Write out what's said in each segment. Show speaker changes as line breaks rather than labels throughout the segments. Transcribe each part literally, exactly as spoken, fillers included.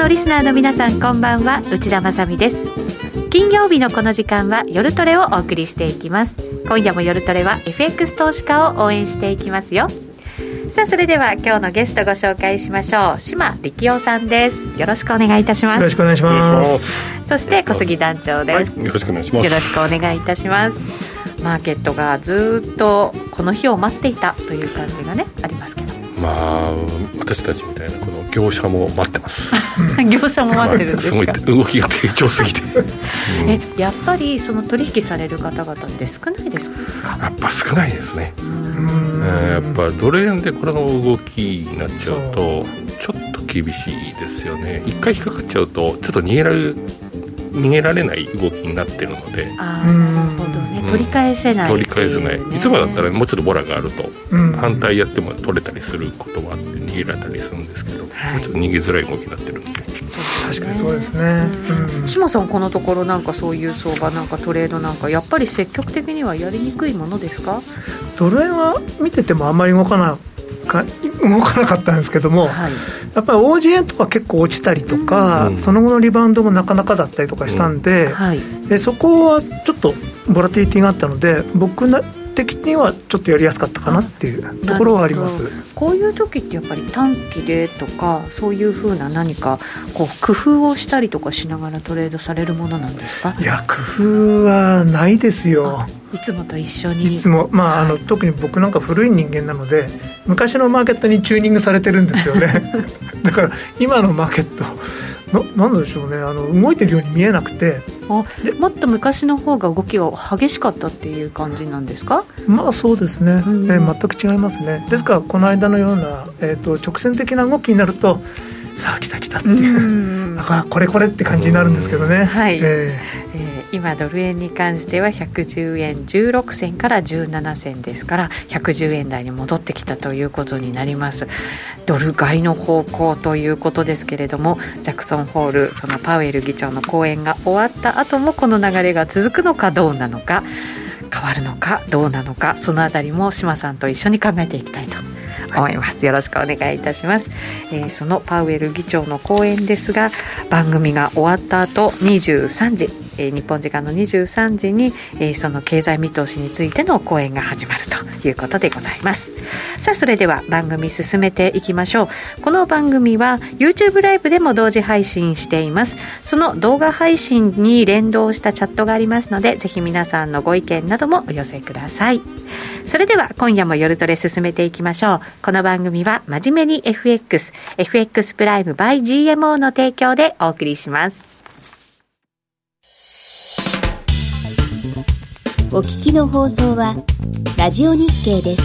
リスナーの皆さんこんばんは、内田まさみです。金曜日のこの時間は夜トレをお送りしていきます。今夜も夜トレは エフエックス 投資家を応援していきますよ。さあそれでは今日のゲストご紹介しましょう。島力夫さんです。よろしくお願いいたします。
よろしくお願いします。
そして小杉団長です、
はい、よろしくお願いします。
よろしくお願いいたします。マーケットがずっとこの日を待っていたという感じがねありますけど、
まあ私たちみたいなこの業者も待ってます
業者も待ってるんですか。
すごい動きが低調すぎて、うん、
えやっぱりその取引される方々って少ないですか。
やっぱ少ないですね。うん、えー、やっぱドル円でこの動きになっちゃうとちょっと厳しいですよね。一回引っかかっちゃうとちょっと逃げられる逃げられない動きになってるので、
あなるほどね、うん、取り返せない、
取り返せない。いつもだったらもうちょっとボラがあると、うん、反対やっても取れたりすることもあって逃げられたりするんですけど、はい、もうちょっと逃げづらい動きになってるんで、
確かにそうですね。
うん、島さんこのところなんかそういう相場なんかトレードなんかやっぱり積極的にはやりにくいものですか。
ドル円は見ててもあんまり動かないか動かなかったんですけども、はい、やっぱり オージーエー とか結構落ちたりとか、うん、その後のリバウンドもなかなかだったりとかしたんで、うんはい、でそこはちょっとボラティリティがあったので僕的にはちょっとやりやすかったかなっていうところはあります。
こういう時ってやっぱり短期でとかそういう風な何かこう工夫をしたりとかしながらトレードされるものなんですか。
いや工夫はないですよ。
いつもと一緒に。
いつも、まあ、あの特に僕なんか古い人間なので昔のマーケットにチューニングされてるんですよねだから今のマーケットな, なんでしょうね、あの動いてるように見えなくて、
あでもっと昔の方が動きが激しかったっていう感じなんですか。
まあそうですね、うんえー、全く違いますね。ですからこの間のような、えー、と直線的な動きになるとさあ来た来たっていう、うん、だからこれこれって感じになるんですけどね、
はい
えー
えー今ドル円に関してはひゃくじゅうえんじゅうろくせんからじゅうななせんですからひゃくじゅうえん台に戻ってきたということになります。ドル買いの方向ということですけれども、ジャクソンホールそのパウエル議長の講演が終わった後もこの流れが続くのかどうなのか、変わるのかどうなのか、そのあたりも島さんと一緒に考えていきたいと思います。よろしくお願いいたします。えー、そのパウエル議長の講演ですが、番組が終わった後にじゅうさんじ、えー、日本時間のにじゅうさんじに、えー、その経済見通しについての講演が始まるということでございます。さあそれでは番組進めていきましょう。この番組は YouTube ライブでも同時配信しています。その動画配信に連動したチャットがありますので、ぜひ皆さんのご意見などもお寄せください。それでは今夜も夜トレ進めていきましょう。この番組は真面目に エフエックス エフエックス プライム by ジーエムオー の提供でお送りします。
お聞きの放送はラジオ日経です。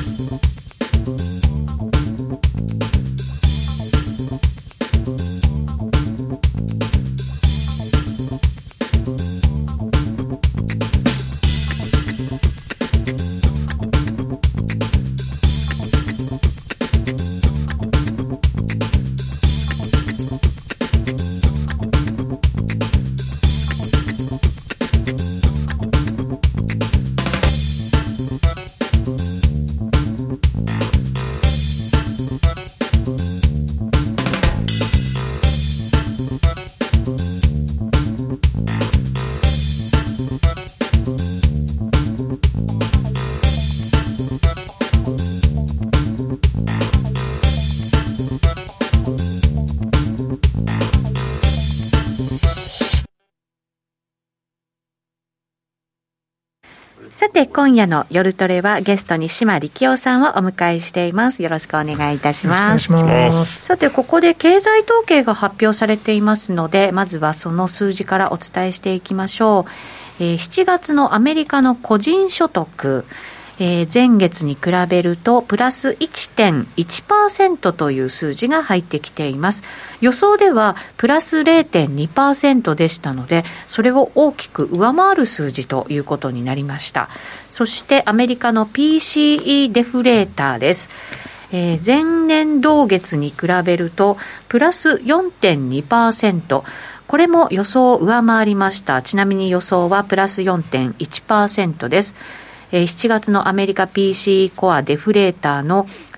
さて今夜の夜トレはゲストに島力夫さんをお迎えしています。よろしくお願いいたします。
よろしくお願いします。
さてここで経済統計が発表されていますので、まずはその数字からお伝えしていきましょう。えー、しちがつのアメリカの個人所得、えー、前月に比べるとプラス いってんいちパーセント という数字が入ってきています。予想ではプラス れいてんにパーセント でしたので、それを大きく上回る数字ということになりました。そしてアメリカの ピーシーイー デフレーターです。えー、前年同月に比べるとプラス よんてんにパーセント、これも予想を上回りました。ちなみに予想はプラス よんてんいちパーセント です。しちがつのアメリカ ピーシーイー コアデフレーターの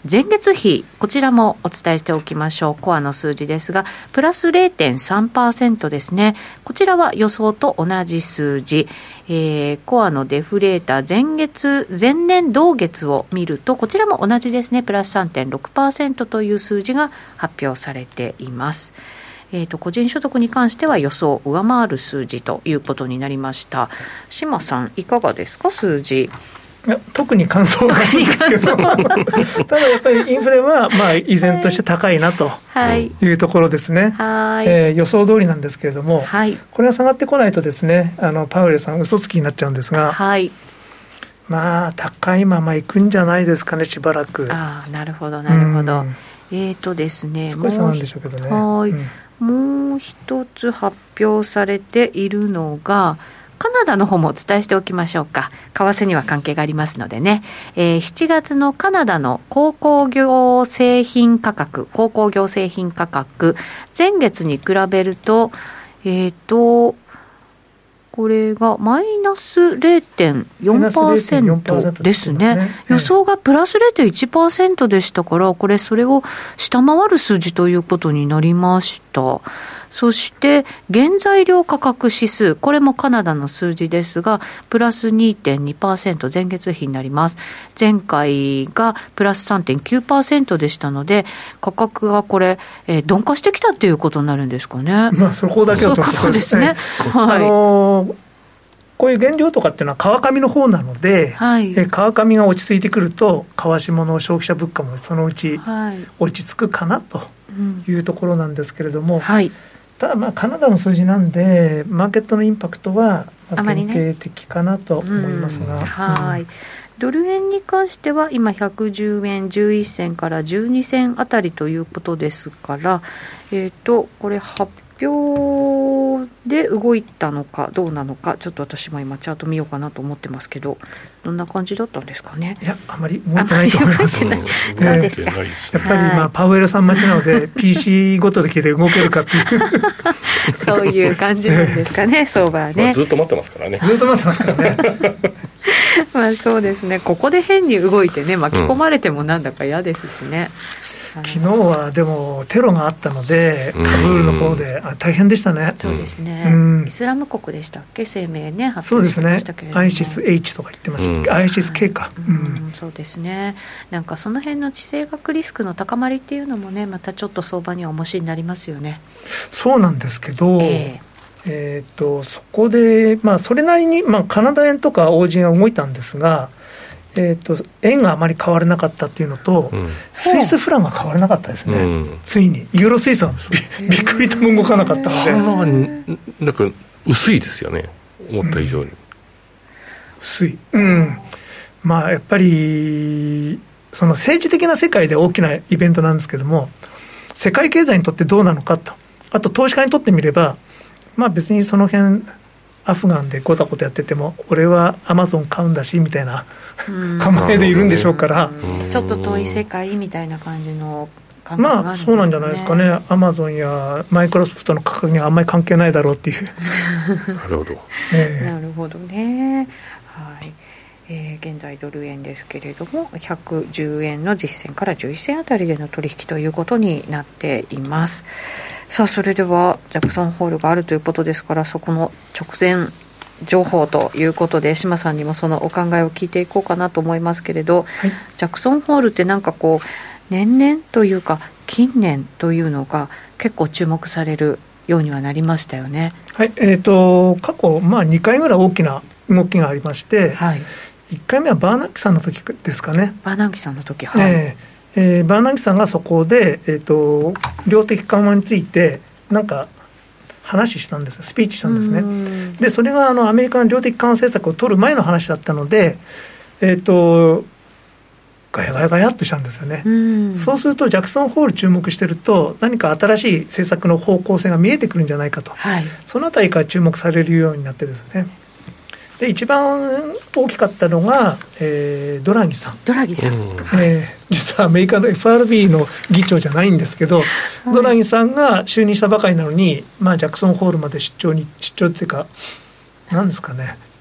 前月比、こちらもお伝えしておきましょう。コアの数字ですがプラス れいてんさんパーセント ですね。こちらは予想と同じ数字、えー、コアのデフレータ前月前年同月を見るとこちらも同じですね。プラス さんてんろくパーセント という数字が発表されています。えー、と個人所得に関しては予想を上回る数字ということになりました。島さんいかがですか？数字。
いや特に感想はないんですけどただやっぱりインフレはまあ依然として高いなというところですね。はい、えー、予想通りなんですけれども、はい、これが下がってこないとですね、あのパウエルさん嘘つきになっちゃうんですが、はい、まあ高いままいくんじゃないですかね、しばらく。
ああ、なるほどなるほど。えーとですね、
少し下がるんでしょうけどね。
はい、うんもう一つ発表されているのがカナダの方もお伝えしておきましょうか。為替には関係がありますのでね、えー、しちがつのカナダの鉱工業製品価格鉱工業製品価格前月に比べるとえっとこれがマイナス れいてんよんパーセント ですね。予想がプラス れいてんいちパーセント でしたから、これそれを下回る数字ということになりました。そして原材料価格指数、これもカナダの数字ですがプラス にてんにパーセント 前月比になります。前回がプラス さんてんきゅうパーセント でしたので価格がこれ、えー、鈍化してきたということになるんですかね。
まあそこだけはちょっと
そうですね、はい、
あのーこういう原料とかっていうのは川上の方なので、はい、え川上が落ち着いてくると川下の消費者物価もそのうち落ち着くかなというところなんですけれども、はい、ただまあカナダの数字なんでマーケットのインパクトは限定的かなと思いますが、
はい、ドル円に関しては今ひゃくじゅうえんじゅういっせんからじゅうにせんあたりということですから、えーとこれ発表で動いたのかどうなのかちょっと私も今チャート見ようかなと思ってますけどどんな感じだったんですかね。
いやあまり動いてないと思います。
そうですか。や
っぱりまあパウエルさん待ちなのでピーシー ごとで聞いて動けるかっていう
そういう感じなんですかね相場はね、
まあ、ずっと待ってますからね
ずっと待ってますからね
まあそうですね。ここで変に動いてね巻き込まれてもなんだか嫌ですしね、
うん、昨日はでもテロがあったのでカブールの方であ大変でしたね。
そうですね、うん、イスラム国でしたっけ声明ね発表してましたけれども、
そうですね アイシスエイチ とか言ってました、うん、アイシスケー か、
うんうん、そうですね。なんかその辺の地政学リスクの高まりっていうのもねまたちょっと相場には重しになりますよね。
そうなんですけど、えーえー、とそこで、まあ、それなりに、まあ、カナダ円とかオージーが動いたんですが、えー、と円があまり変わらなかったっていうのと、うん、スイスフランが変わらなかったですね、うん、ついにユーロスイスは び, びっくりとも動かなかったので、
まあ、なんか薄いですよね思った以上に、うん、
薄い、うん、まあやっぱりその政治的な世界で大きなイベントなんですけども世界経済にとってどうなのかと、あと投資家にとってみればまあ、別にその辺アフガンでごたごたやってても俺はアマゾン買うんだしみたいな構えでいるんでしょうから、
ちょっと遠い世界みたいな感じの感覚があるんですかね。
まあそうなんじゃないですかね。アマゾンやマイクロソフトの価格にはあんまり関係ないだろうっていう
なるほど、
えー、なるほどね。はい、えー、現在ドル円ですけれどもひゃくじゅうえんの実践からじゅういっせんあたりでの取引ということになっています。さあそれではジャクソンホールがあるということですからそこの直前情報ということで島さんにもそのお考えを聞いていこうかなと思いますけれど、はい、ジャクソンホールってなんかこう年々というか近年というのが結構注目されるようにはなりましたよね。
はい、えーと過去、まあ、にかいぐらい大きな動きがありまして、はい、いっかいめはバーナンキさんの時ですかね。
バーナンキさんの時、はい、
えーえー、バーナンキさんがそこで、えーと、量的緩和についてなんか話したんですスピーチしたんですね。でそれがあのアメリカの量的緩和政策を取る前の話だったので、えーと、ガヤガヤガヤっとしたんですよね。うそうするとジャクソンホール注目してると何か新しい政策の方向性が見えてくるんじゃないかと、はい、そのあたりから注目されるようになってですね。で一番大きかったのが、えー、ドラギさん
ドラギさん、
えー、実はアメリカの エフアールビー の議長じゃないんですけど、はい、ドラギさんが就任したばかりなのに、まあ、ジャクソンホールまで出張に出張っていうか何ですかね、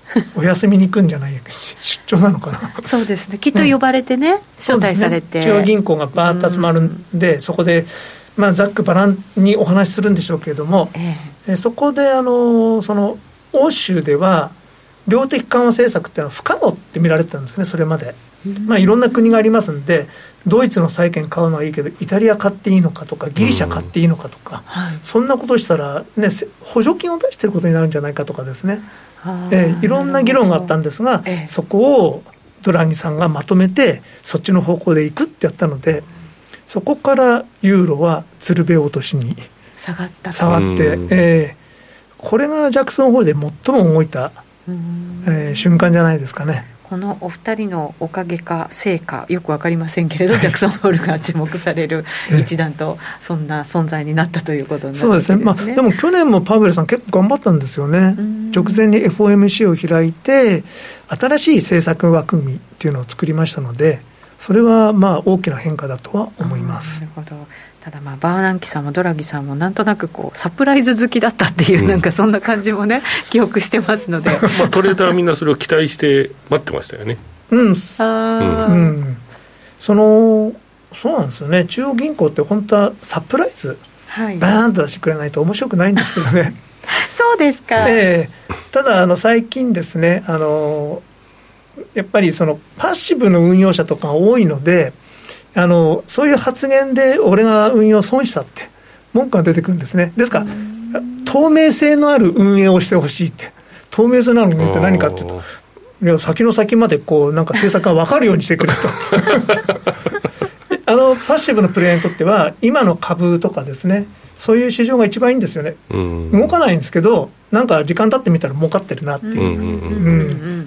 お休みに行くんじゃない出張なのかな
そうですね、きっと呼ばれてね、うん、招待されて、
ね、中央銀行がバーッと集まるんで、うん、そこで、まあ、ざっくばらんにお話しするんでしょうけれども、ええ、そこであのその欧州では量的緩和政策っていうのは不可能って見られてたんですね、それまで、うん、まあ、いろんな国がありますんで、ドイツの債券買うのはいいけどイタリア買っていいのかとかギリシャ買っていいのかとか、うんはい、そんなことしたら、ね、補助金を出していることになるんじゃないかとかですね、えー、いろんな議論があったんですが、ええ、そこをドラギさんがまとめてそっちの方向でいくってやったので、そこからユーロは鶴瓶落としに
下がった
下がって、えー、これがジャクソンホールで最も動いた、えー、瞬間じゃないですかね。
このお二人のおかげか成果よく分かりませんけれど、はい、ジャクソンホールが注目される一段とそんな存在になったということになるわけですね。そうですね、まあ、でも去年もパウエルさん結構頑張ったんですよね。直前に エフオーエムシー を開いて新しい政策枠組みっていうのを作りましたので、それはまあ大きな変化だとは思います。 なるほど。ただまあバーナンキさんもドラギさんもなんとなくこうサプライズ好きだったっていう、うん、なんかそんな感じもね記憶してますので
まあトレーダーはみんなそれを期待して待ってましたよね。
うん、あ、うん、そのそうなんですよね。中央銀行って本当はサプライズ、はい、バーンと出してくれないと面白くないんですけどね
そうですか、
えー、ただあの最近ですね、あのやっぱりそのパッシブの運用者とかが多いので、あのそういう発言で俺が運用損したって文句が出てくるんですね。ですから透明性のある運営をしてほしいって。透明性のある運営って何かっていうと、いや先の先までこうなんか政策が分かるようにしてくれとあのパッシブのプレイヤーにとっては今の株とかですね、そういう市場が一番いいんですよね、うん、動かないんですけどなんか時間経ってみたら儲かってるなっていう、うんうん、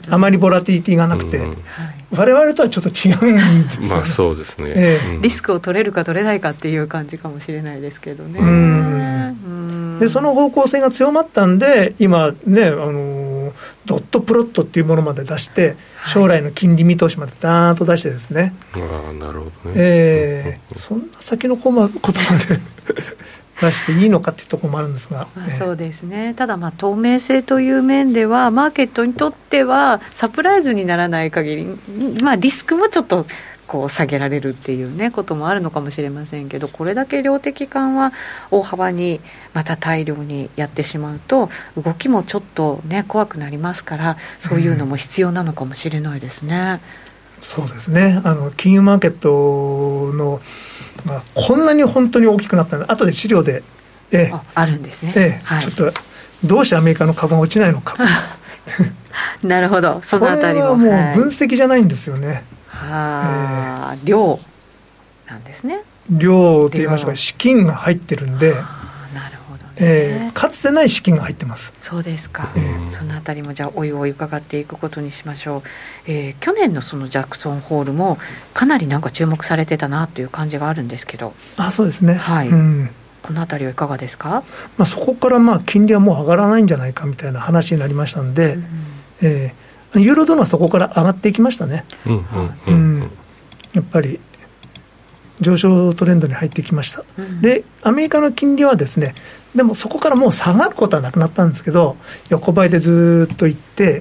あまりボラティリティがなくて、うん、我々とはちょっと違うんですよね。
まあそうですね、
えー、リスクを取れるか取れないかっていう感じかもしれないですけどね。
うん、でその方向性が強まったんで今ね、あのドットプロットっていうものまで出して将来の金利見通しまでダーンと出してですね、
はい、ああなるほどね、
えー、そんな先のことまで出していいのかっていうところもあるんですが、
まあ、そうですね。ただまあ透明性という面ではマーケットにとってはサプライズにならない限り、まあ、リスクもちょっとこう下げられるっていう、ね、こともあるのかもしれませんけど、これだけ量的緩和大幅にまた大量にやってしまうと動きもちょっと、ね、怖くなりますから、そういうのも必要なのかもしれないですね、
うん、そうですね。あの金融マーケットのまあ、こんなに本当に大きくなったので後で資料で、ええ、
あ, あるんですね、
ええはい、ちょっとどうしてアメリカの株が落ちないのか
なるほど、そのあたりも
これはもう分析じゃないんですよね、
はい、えー、量なんですね。
量と言いましょうか、資金が入ってるんで、
なるほどね、
えー、かつてない資金が入ってます。
そうですか、えー、そのあたりもじゃあおいおい伺っていくことにしましょう。えー、去年のそのジャクソンホールもかなりなんか注目されてたなという感じがあるんですけど。
あ、そうですね、
はい、うん、このあたりはいかがですか。
まあ、そこからまあ金利はもう上がらないんじゃないかみたいな話になりましたんで、うん、えー、ユーロドルはそこから上がっていきましたね、うんうんうんうん、やっぱり上昇トレンドに入ってきました、うん、でアメリカの金利はですね、でもそこからもう下がることはなくなったんですけど、横ばいでずっといって、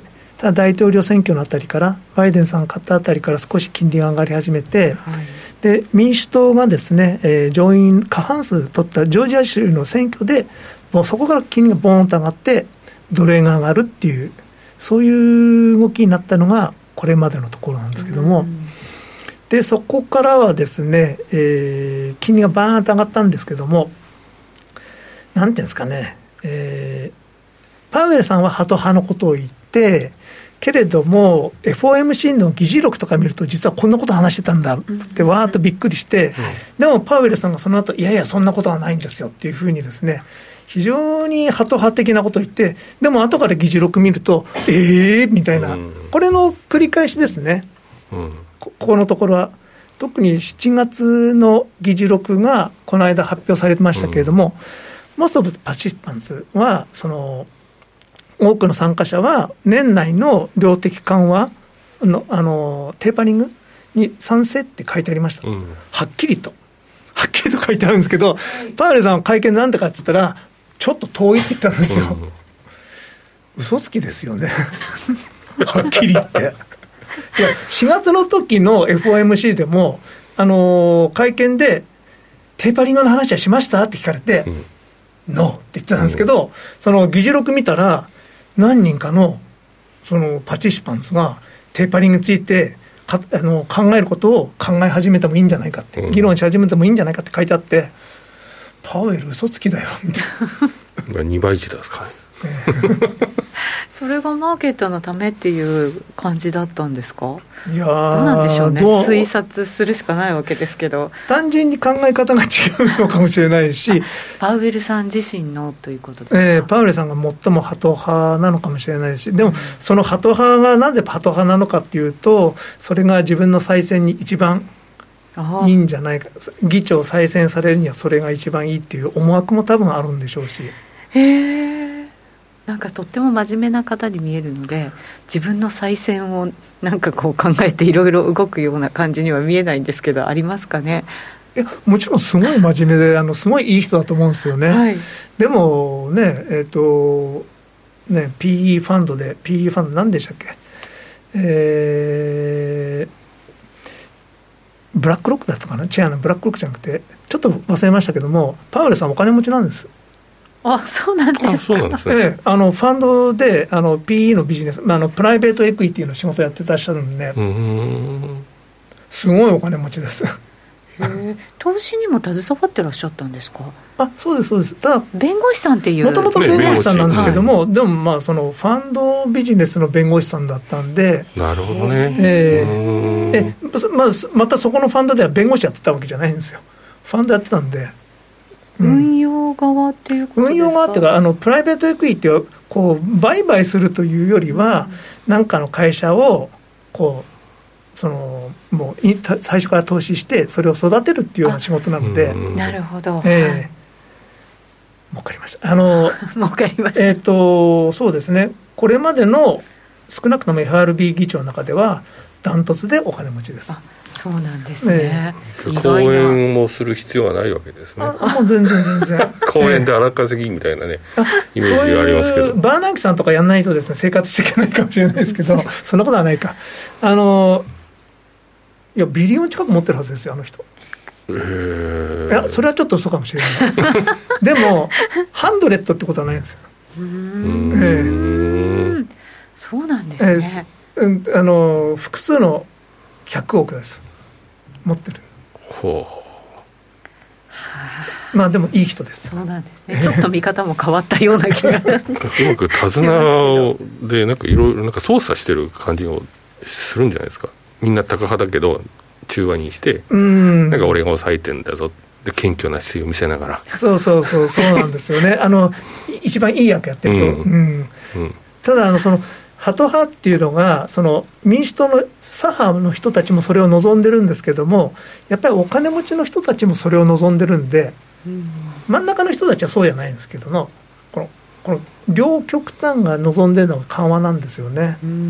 ただ大統領選挙のあたりからバイデンさん勝ったあたりから少し金利が上がり始めて、はい、で民主党がですね、えー、上院過半数取ったジョージア州の選挙でもうそこから金利がボーンと上がってドル円が上がるっていう、そういう動きになったのがこれまでのところなんですけども、うん、でそこからはですね、えー、金利がバーンと上がったんですけども、なんていうんですかね、えー、パウエルさんはハト派のことを言ってけれども エフオーエムシー の議事録とか見ると実はこんなこと話してたんだってわーっとびっくりして、うん、でもパウエルさんがその後いやいやそんなことはないんですよっていうふうにですね、非常にハト派的なことを言って、でも後から議事録見るとえーみたいな、うん、これの繰り返しですね、うん、こ, ここのところは特にしちがつの議事録がこの間発表されてましたけれども、うん、モストオブパシスパンツはその多くの参加者は年内の量的緩和 の, あのテーパリングに賛成って書いてありました、うん、はっきりとはっきりと書いてあるんですけど、パウエルさんは会見で何てかって言ったらちょっと遠いって言ったんですよ、うん、嘘つきですよねはっきり言っていやしがつの時の エフオーエムシー でも、あのー、会見でテーパリングの話はしましたって聞かれて、うん、ノーって言ってたんですけど、うん、その議事録見たら何人かのそのパティシパンツがテーパリングについてかあの考えることを考え始めてもいいんじゃないかって、うん、議論し始めてもいいんじゃないかって書いてあって、パウエル嘘つきだよみたいな
にばい時ですかね
それがマーケットのためっていう感じだったんですか。
いや
どうなんでしょうね。推察するしかないわけですけど、
単純に考え方が違うのかもしれないし
パウエルさん自身のということですか。
えー、パウエルさんが最もハト派なのかもしれないし、でも、うん、そのハト派がなぜハト派なのかっていうと、それが自分の再選に一番いいんじゃないか、議長再選されるにはそれが一番いいっていう思惑も多分あるんでしょうし。
へー、なんかとっても真面目な方に見えるので、自分の再選をなんかこう考えていろいろ動くような感じには見えないんですけど、ありますかね。
いやもちろんすごい真面目であのすごいいい人だと思うんですよね、はい、でもねえっ、ー、とね ピーイー ファンドで ピーイー ファンド何でしたっけ、えー、ブラックロックだったかな、チェアのブラックロックじゃなくてちょっと忘れましたけども、パウエルさんお金持ちなんです。
あ、そうなんですか。あ、そうなんですね。
ええ、あのファンドであの ピーイー のビジネス、まあ、あのプライベートエクイティの仕事やってらっしゃるんで、うーん、すごいお金持ちです
へ投資にも携わってらっしゃったんですか。
あ、そうですそうです。ただ
弁護士さんっていう
もともと弁護士さんなんですけども、はい、でもまあそのファンドビジネスの弁護士さんだったんで。
なるほどね。
えー、えまあ、またそこのファンドでは弁護士やってたわけじゃないんですよ。ファンドやってたんで、
うん、運用側っていうことですか。
運用側っていうか、あのプライベートエクイティをこう売買するというよりは、何、うん、かの会社をこうそのもう最初から投資してそれを育てるっていうような仕事なので。
なるほど、
えー、分かりました。あの
分かりました。
えーとそうですね、これまでの少なくとも エフアールビー 議長の中ではダントツでお金持ちです。
あ、そうなんですね、
えー、講演もする必要はないわけですね。
あ、もう全然全然
講演で荒稼ぎみたいなね、イメージがありますけど、そういう
バーナンキさんとかやんないとですね生活していけないかもしれないですけどそんなことはないか。あのいやビリオン近く持ってるはずですよ、あの人。
えー、
いやそれはちょっと嘘かもしれないでもハンドレットってことはないんですよ。
うーん、えー、そうなんですね、
えー、あの複数のひゃくおくです持ってる。
ほう、
はあ、まあでもいい人です。
そうなんですね。ちょっと見方も変わったような気がう
まく手綱でなんかいろいろなんか操作してる感じをするんじゃないですか。みんなタカ派だけど中和にして、うん、なんか俺が抑えてんだぞで謙虚な姿勢を見せながら。
そうそうそうそうなんですよねあの一番いい役やってると、うんうんうん、ただあのそのハト派っていうのがその民主党の左派の人たちもそれを望んでるんですけども、やっぱりお金持ちの人たちもそれを望んでるんで、うん、真ん中の人たちはそうじゃないんですけどのこのこの両極端が望んでるのが緩和なんですよね。うん、うん、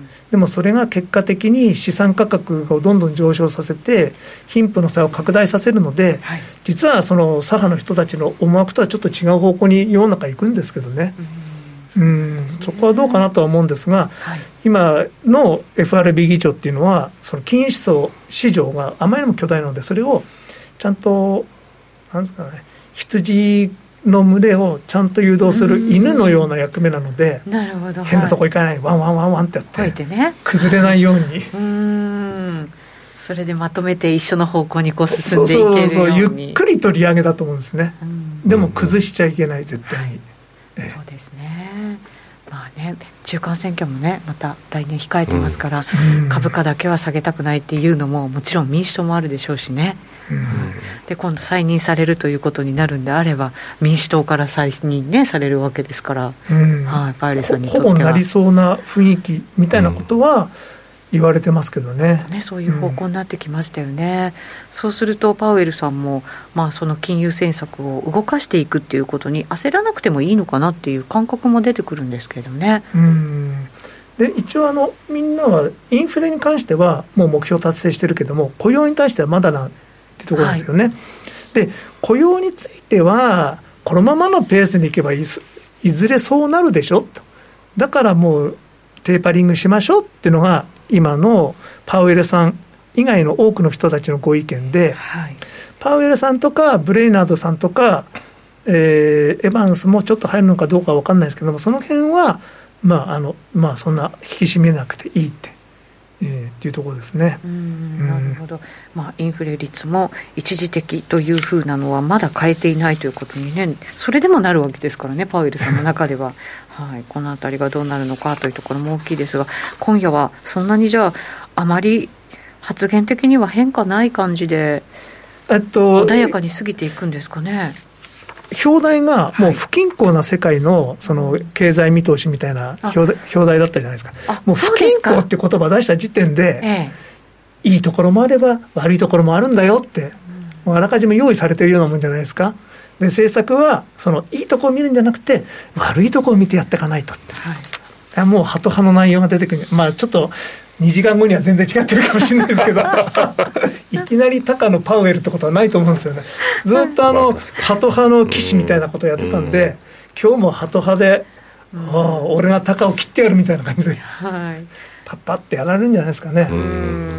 でもそれが結果的に資産価格をどんどん上昇させて貧富の差を拡大させるので、はい、実はその左派の人たちの思惑とはちょっと違う方向に世の中行くんですけどね、うん、うんそこはどうかなとは思うんですが、はい、今の エフアールビー 議長っていうのはその金融市場があまりにも巨大なので、それをちゃんとなんですかね、羊の群れをちゃんと誘導する犬のような役目なので、
なるほど、
変なとこ行かない、はい、ワンワンワンワンってやって
て、ね、
崩れないようにう
ーん、それでまとめて一緒の方向にこう進んでいけるように、そうそうそう、
ゆっくりと利上げだと思うんですね。でも崩しちゃいけない、絶対に、はい、
ええ、そうですね。まあね、中間選挙もねまた来年控えてますから、うん、株価だけは下げたくないっていうのももちろん民主党もあるでしょうしね、うん、で今度再任されるということになるんであれば民主党から再任、ね、されるわけですから、うん、はい、パウエルさんにとっては ほ,
ほぼなりそうな雰囲気みたいなことは言われてますけど ね,、うん、
ね、そういう方向になってきましたよね、うん、そうするとパウエルさんも、まあ、その金融政策を動かしていくっていうことに焦らなくてもいいのかなっていう感覚も出てくるんですけどね。
うん、で一応あのみんなはインフレに関してはもう目標達成してるけども、雇用に対してはまだなってところですよね、はい、で雇用についてはこのままのペースにいけば い, いずれそうなるでしょと。だからもうテーパリングしましょうっていうのが今のパウエルさん以外の多くの人たちのご意見で、はい、パウエルさんとかブレイナードさんとか、えー、エバンスもちょっと入るのかどうかは分かんないですけども、その辺はまああのまあそんな引き締めなくていいって、えー、っていうところですね。
うん、なるほど。まあインフレ率も一時的というふうなのはまだ変えていないということにね、それでもなるわけですからね、パウエルさんの中でははい、このあたりがどうなるのかというところも大きいですが、今夜はそんなにじゃああまり発言的には変化ない感じで、えっと、穏やかに過ぎていくんですかね。
表題がもう不均衡な世界 の, その経済見通しみたいな表 題, 表題だったじゃないですか。もう不均衡って言葉出した時点で、ええ、いいところもあれば悪いところもあるんだよって、うん、もうあらかじめ用意されているようなもんじゃないですか。で政策はそのいいところを見るんじゃなくて悪いところを見てやっていかないとって、はい、もうハト派の内容が出てくる。まあちょっとにじかんごには全然違ってるかもしれないですけどいきなり高のパウエルってことはないと思うんですよね。ずっとあのハト派の騎士みたいなことをやってたんで、今日もハト派で、うん、俺が高を切ってやるみたいな感じで、はい、パッパってやられるんじゃないですかね。うん、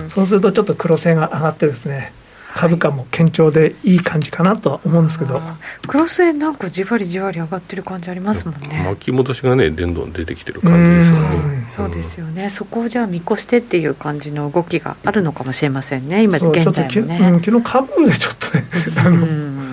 そうするとちょっと黒線が上がってですね、株価も堅調でいい感じかなとは思うんですけど、
クロス円なんかじわりじわり上がってる感じありますもんね。
巻き戻しがねどんどん出てきてる感じですよね。
うそうですよね。そこをじゃあ見越してっていう感じの動きがあるのかもしれませんね、今現在もね。
うん、昨日株でちょっとねあの、うん、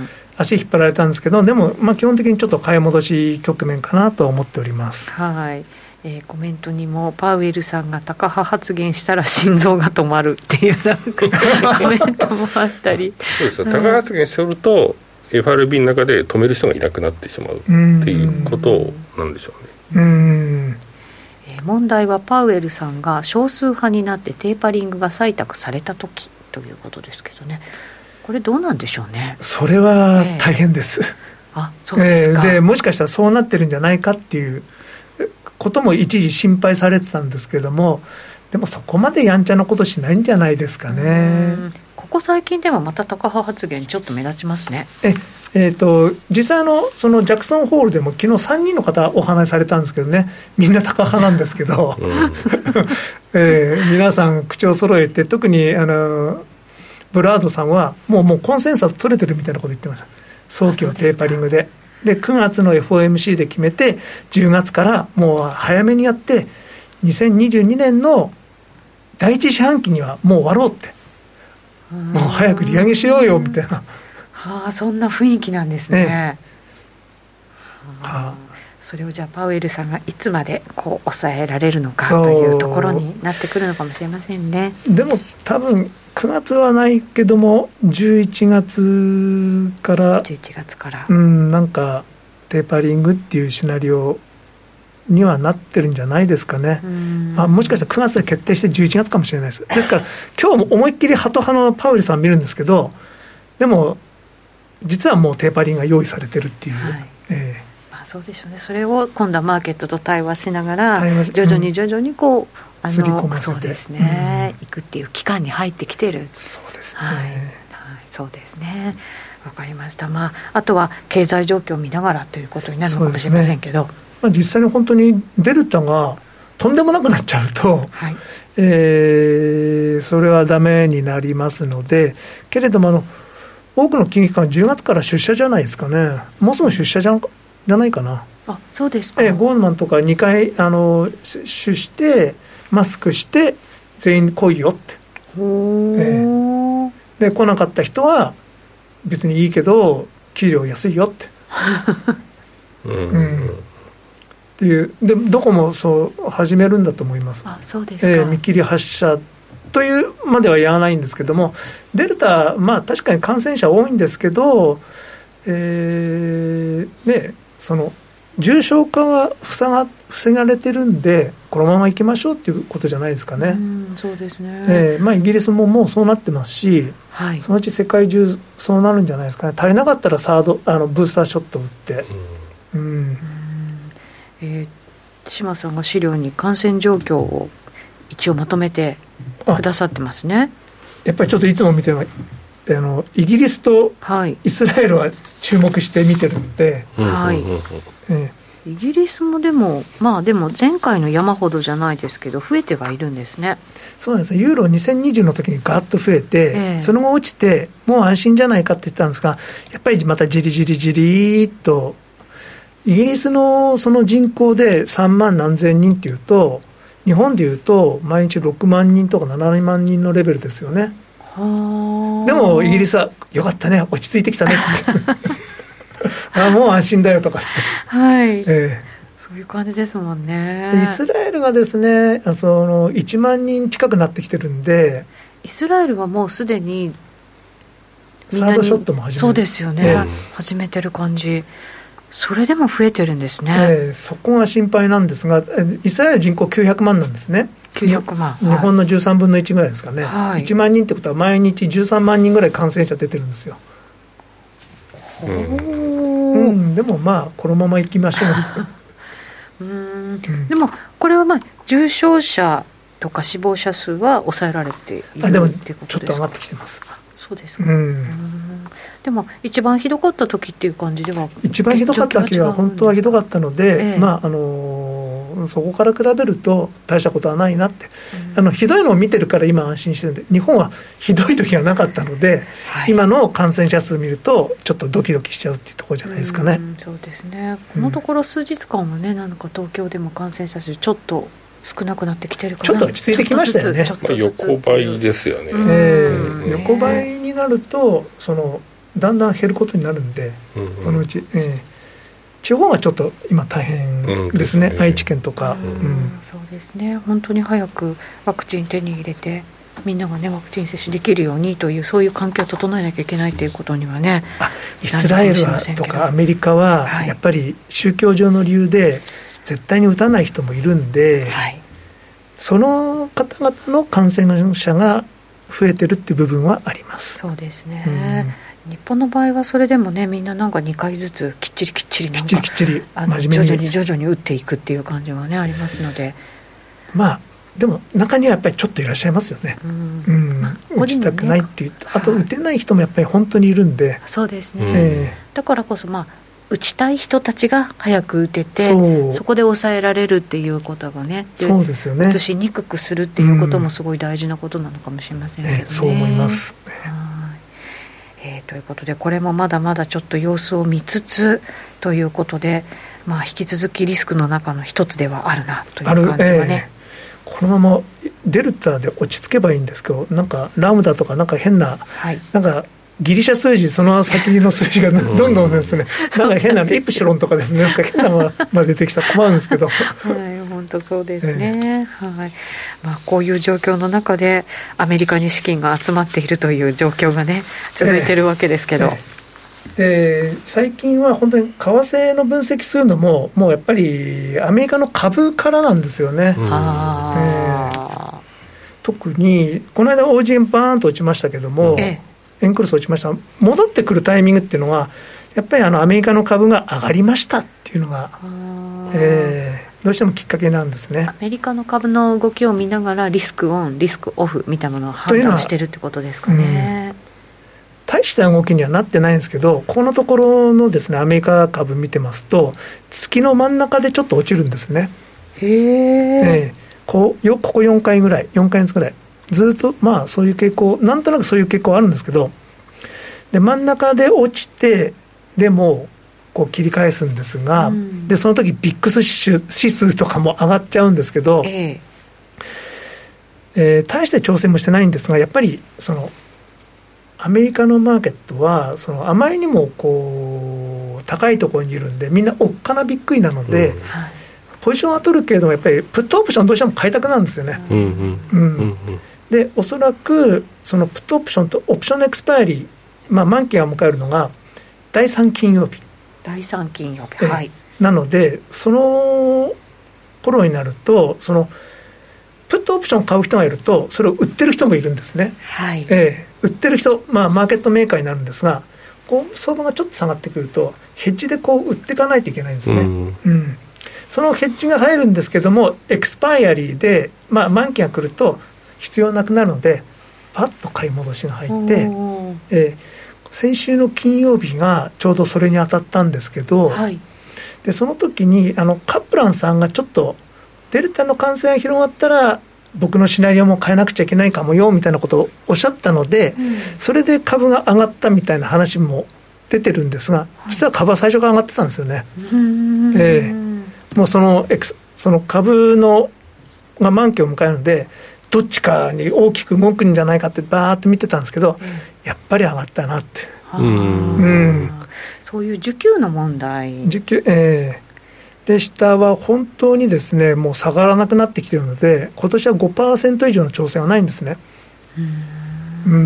足引っ張られたんですけど、でも、まあ、基本的にちょっと買い戻し局面かなと思っております。
はい、えー、コメントにもパウエルさんが高派発言したら心臓が止まるっていうなんかコメントもあったり
そうですよ、高派発言しておると エフアールビー の中で止める人がいなくなってしまうっていうことなんでしょうね。
うーん、
えー、問題はパウエルさんが少数派になってテーパリングが採択された時ということですけどね、これどうなんでしょうね。
それは大変です、えー、
あ、そうですか。
えー、でもしかしたらそうなってるんじゃないかっていうことも一時心配されてたんですけども、でもそこまでやんちゃなことしないんじゃないですかね。
ここ最近ではまた高派発言ちょっと目立ちますね。
え、えー、と実際のそのジャクソンホールでも昨日さんにんの方お話しされたんですけどね、みんな高派なんですけど、えー、皆さん口を揃えて、特にあのブラードさんはもう、もうコンセンサス取れてるみたいなこと言ってました。早期のテーパリングででくがつの エフオーエムシー で決めてじゅうがつからもう早めにやってにせんにじゅうにねんの第一四半期にはもう終わろうって、もう早く利上げしようよみたいな、
はあ、そんな雰囲気なんですね。ね、
はあ、
それをじゃあパウエルさんがいつまでこう抑えられるのかというところになってくるのかもしれませんね。
でも多分くがつはないけどもじゅういちがつから
じゅういちがつから、
うん、なんかテーパリングっていうシナリオにはなってるんじゃないですかね。あ、もしかしたらくがつで決定してじゅういちがつかもしれないです。ですから今日も思いっきりハト派のパウエルさん見るんですけど、でも実はもうテーパリングが用意されてるっていう、はい、えー、まあ、
そうでしょうね。それを今度はマーケットと対話しながら徐々に徐々にこう、うん、あのそうですね、うん、行くっていう期間に入ってきてる。
そうですね、
はいはい、そうですね、わかりました。まあ、あとは経済状況を見ながらということになるのかもしれませんけど、
まあ、実際に本当にデルタがとんでもなくなっちゃうと、はい、えー、それはダメになりますので、けれどもあの多くの金融機関はじゅうがつから出社じゃないですかね。もうすぐ出社じゃんじゃないかな。
あ、そうですか。
えー、ゴールマンとかにかいあの出してマスクして全員来いよって、
ほー、えー、
で来なかった人は別にいいけど給料安いよってうん、うん、っていうでどこもそう始めるんだと思います。
あ、そうですか。
えー、見切り発車というまではやらないんですけども、デルタ、まあ確かに感染者多いんですけど、えーね、その重症化は防が、防がれてるんでこのまま行きましょうっていうことじゃないですかね。
うん、そうですね、
えーまあ、イギリスももうそうなってますし、
はい、
そのうち世界中そうなるんじゃないですかね。足りなかったらサードあのブースターショットを打って、うんうん、
えー、島さんが資料に感染状況を一応まとめてくださってますね。
やっぱりちょっといつも見てるあのイギリスとイスラエルは注目して見てるので、
はい、
えー、
イギリスもでもまあでも前回の山ほどじゃないですけど増えてはいるんですね。
そうなんです。ユーロにせんにじゅうの時にガーッと増えて、えー、その後落ちてもう安心じゃないかって言ったんですが、やっぱりまたじりじりじりっとイギリスのその人口でさんまん何千人っていうと、日本でいうと毎日ろくまんにんとかななまん人のレベルですよね。はでもイギリスはよかったね、落ち着いてきたねってあもう安心だよとかして、
はい、
えー、
そういう感じですもんね。
イスラエルがですね、そのいちまんにん近くなってきてるんで、
イスラエルはもうすでに
サードショットも始めて、
そうですよね、えー、始めてる感じ。それでも増えてるんですね、
えー、そこが心配なんですが、イスラエル人口きゅうひゃくまんなんですね。
きゅうひゃくまん、
日本のじゅうさんぶんのいちぐらいですかね、
はい、
いちまんにんってことは毎日じゅうさんまんにんぐらい感染者出てるんですよ。うん、うん、でもまあこのままいきましょううーん、
うん、でもこれはまあ重症者とか死亡者数は抑えられているっていうことですか。
ちょっと上がってきてます。
そうですか、うん、うんでも一番ひどかった時っていう感じでは、
一番ひどかった時は本当はひどかったので、ええ、まああのー、そこから比べると大したことはないなって、うん、あのひどいのを見てるから今安心してるんで、日本はひどい時がなかったので、はい、今の感染者数見るとちょっとドキドキしちゃうっていうところじゃないですかね。
うん、そうですね。このところ数日間はね、うん、なんか東京でも感染者数ちょっと少なくなってきてるかな。
ちょっと落ち着いてきましたよね。
まあ、横ばいですよね、
えー、横ばいになるとそのだんだん減ることになるんで、うんうん、このうち、えー、地方はちょっと今大変ですね、うん、愛知県とか、
うんうん、そうですね。本当に早くワクチン手に入れてみんながねワクチン接種できるようにという、そういう環境を整えなきゃいけないということにはね。
あイスラエルはとかアメリカはやっぱり宗教上の理由で絶対に打たない人もいるんで、はい、その方々の感染者が増えてるっていう部分はあります。
そうですね、うん、日本の場合はそれでもねみんななんかにかいずつきっちりきっちりなんか
きっちりきっちり
あの
真面目に
徐々に徐々に打っていくっていう感じはねありますので、
まあでも中にはやっぱりちょっといらっしゃいますよね、うんうんまあ、打ちたくないっていう、あと打てない人もやっぱり本当にいるんで、
そうですね、えー、だからこそまあ打ちたい人たちが早く打てて そ, そこで抑えられるっていうことがね、
そうですよね、
打しにくくするっていうこともすごい大事なことなのかもしれませんけどね、
うん、そう思います、ね、
はい、えー、ということでこれもまだまだちょっと様子を見つつということで、まあ、引き続きリスクの中の一つではあるなという感じはね、
えー、このままデルタで落ち着けばいいんですけど、なんかラムダとかなんか変な、はい、なんかギリシャ数字その先の数字がどんどんですねなんか変なイプシロンとかですね、なんか変なのが出てきたら困るんですけど
はい本当そうですね、えーはいまあ、こういう状況の中でアメリカに資金が集まっているという状況がね続いているわけですけど、えー
えー、最近は本当に為替の分析するのももうやっぱりアメリカの株からなんですよね、うんあえー、特にこの間 オージーエム バーンと落ちましたけども、えー円クロス落ちました。戻ってくるタイミングっていうのはやっぱりあのアメリカの株が上がりましたっていうのが、えー、どうしてもきっかけなんですね。
アメリカの株の動きを見ながらリスクオンリスクオフみたいなものを判断してるってことですかね、うん、
大した動きにはなってないんですけど、このところのですねアメリカ株見てますと月の真ん中でちょっと落ちるんですね。
へー、
えー、こうよここよんかいぐらいよんかげつぐらいずっとまあそういう傾向なんとなくそういう傾向あるんですけど、で真ん中で落ちてでもこう切り返すんですが、うん、でその時ビックス指数とかも上がっちゃうんですけど、えーえー、大して調整もしてないんですが、やっぱりそのアメリカのマーケットはそのあまりにもこう高いところにいるんでみんなおっかなびっくりなので、うんポジションは取るけれどもやっぱりプットオプションどうしても買いたくなるんですよね、うんうんうんうん、でおそらくそのプットオプションとオプションのエクスパイリー、まあ、満期が迎えるのがだいさん金曜日
だいさん金曜日、はい、
なのでその頃になるとそのプットオプションを買う人がいるとそれを売ってる人もいるんですね、はいえー、売ってる人、まあ、マーケットメーカーになるんですがこう相場がちょっと下がってくるとヘッジでこう売っていかないといけないんですね、うんうんそのヘッジが入るんですけどもエクスパイアリーで、まあ、満期が来ると必要なくなるのでパッと買い戻しが入って、えー、先週の金曜日がちょうどそれに当たったんですけど、はい、 でその時にあのカプランさんがちょっとデルタの感染が広がったら僕のシナリオも変えなくちゃいけないかもよみたいなことをおっしゃったので、うん、それで株が上がったみたいな話も出てるんですが、実は株は最初から上がってたんですよね、はい、えー、もうその、その株のが満期を迎えるのでどっちかに大きく動くんじゃないかってバーッと見てたんですけど、うん、やっぱり上がったなって、うん、うん、
そういう需給の問題
需給、えーで下は本当にですねもう下がらなくなってきているので今年は ごパーセント 以上の調整はないんですね。うん、うん、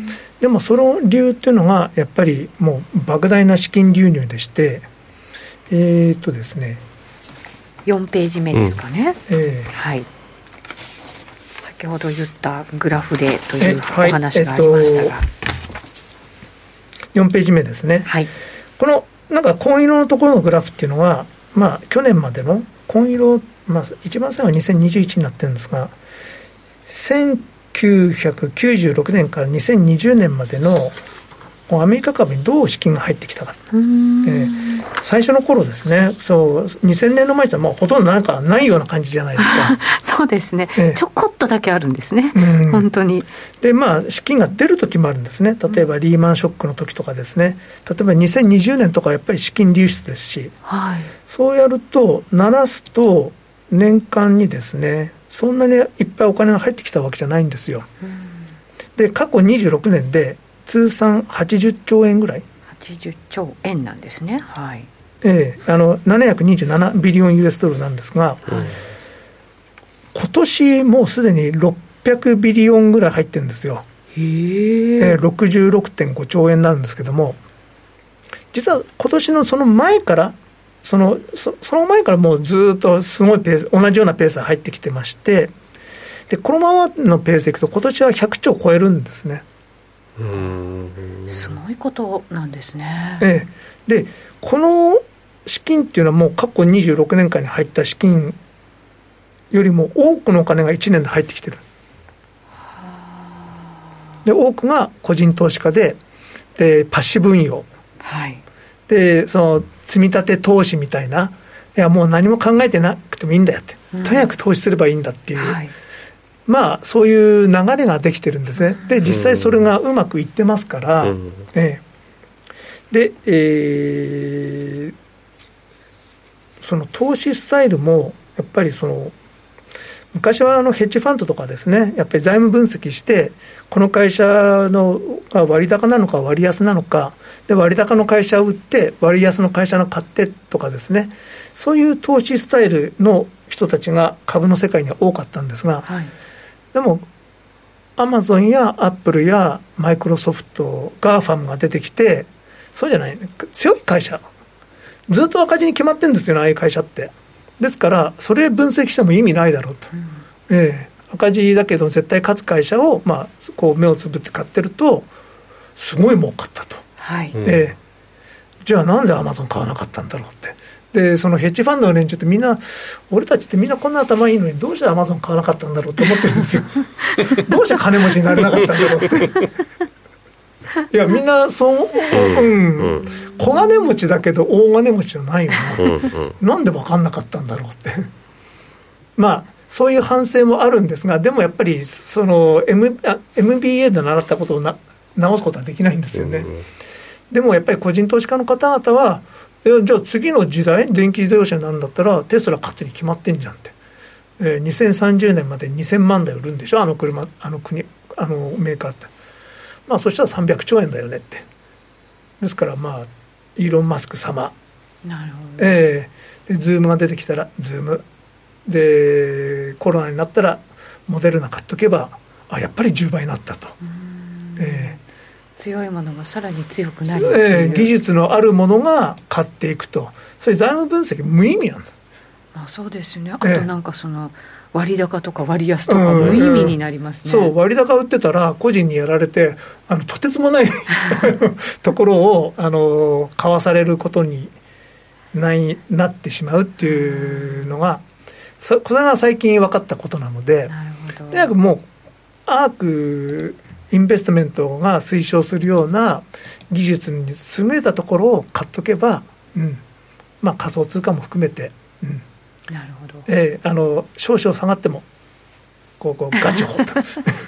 でもその理由っていうのがやっぱりもう莫大な資金流入でしてえー、っとですね
よんページ目ですかね、
うんえー
はい、先ほど言ったグラフでというお話がありましたが、えっ
と、よんページ目ですね、
はい、
このなんか紺色のところのグラフっていうのはまあ、去年までの紺色、まあ、一番最後はにせんにじゅういちになってるんですがせんきゅうひゃくきゅうじゅうろくねんからにせんにじゅうねんまでのアメリカ株にどう資金が入ってきたか、えー、最初の頃ですねそうにせんねんの前ってもうほとんどなんかないような感じじゃないですか
そうですね、えー、ちょこっとだけあるんですね、
うん、
本当に
でまあ資金が出る時もあるんですね。例えばリーマンショックの時とかですね、例えばにせんにじゅうねんとかやっぱり資金流出ですし、はい、そうやるとならすと年間にですねそんなにいっぱいお金が入ってきたわけじゃないんですよ、うん、で過去にじゅうろくねんで通算はちじゅっちょうえんぐらい
はちじゅっちょうえんなんですね、はい
ええ、あのななひゃくにじゅうななビリオン ユーエス ドルなんですが、はい、今年もうすでにろっぴゃくビリオンぐらい入ってるんですよ。
へー、
えー、ろくじゅうろくてんごちょうえんになるんですけども、実は今年のその前からその、そ, その前からもうずっとすごいペース同じようなペースが入ってきてまして、でこのままのペースでいくと今年はひゃくちょう超えるんですね。
うーん、すごいことなんですね、
ええ、でこの資金っていうのはもう過去にじゅうろくねんかんに入った資金よりも多くのお金がいちねんで入ってきてる。で多くが個人投資家 で, でパッシブ運用、
はい、
でその積み立て投資みたいな、いやもう何も考えてなくてもいいんだよって、うん、とにかく投資すればいいんだっていう、はい、まあそういう流れができてるんですね。で実際それがうまくいってますから、うん、ええ、で、えー、その投資スタイルもやっぱりその昔はあのヘッジファンドとかですね、やっぱり財務分析してこの会社のが割高なのか割安なのかで割高の会社を売って割安の会社の買ってとかですね、そういう投資スタイルの人たちが株の世界には多かったんですが、はい、でもアマゾンやアップルやマイクロソフトガーファムが出てきて、そうじゃない、強い会社ずっと赤字に決まってるんですよね、ああいう会社って。ですからそれ分析しても意味ないだろうと、うん、えー、赤字だけど絶対勝つ会社を、まあ、こう目をつぶって買ってるとすごい儲かったと、はい、えー、じゃあなんでアマゾン買わなかったんだろうって。でそのヘッジファンドの連中ってみんな俺たちってみんなこんな頭いいのにどうしてアマゾン買わなかったんだろうと思ってるんですよどうして金持ちになれなかったんだろうっていやみんなそう、うんうん、小金持ちだけど大金持ちじゃないよな、うんうん、なんで分かんなかったんだろうってまあそういう反省もあるんですが、でもやっぱりその M、エムビーエー で習ったことをな直すことはできないんですよね、うんうん、でもやっぱり個人投資家の方々は、いやじゃあ次の時代電気自動車になるんだったらテスラ勝つに決まってんじゃんって、えー、にせんさんじゅうねんまでににせんまんだい売るんでしょ、あの車、あの国、あのメーカーって。まあ、そしたらさんびゃくちょうえんだよねって。ですからまあイーロン・マスク様、
なるほど、
えー、でズームが出てきたらズームで、コロナになったらモデルナ買っとけばあやっぱりじゅうばいになったと、え
ー、強いものがさらに強くなるっていう、
えー、技術のあるものが買っていくと、それ財務分析無意味なんだ。
あ、そうですね。あとなんかその、えー割高とか割安とか無意味になりますね、
うんうん、そう割高売ってたら個人にやられてあのとてつもないところをあの買わされることにないなってしまうっていうのが、そこれが最近分かったことなので、
なるほど、
とにかくもうアークインベストメントが推奨するような技術に優れたところを買っとけば、うん、 まあ、仮想通貨も含めて、うん、
なるほど、
えー、あの少々下がってもこうこうガチホッと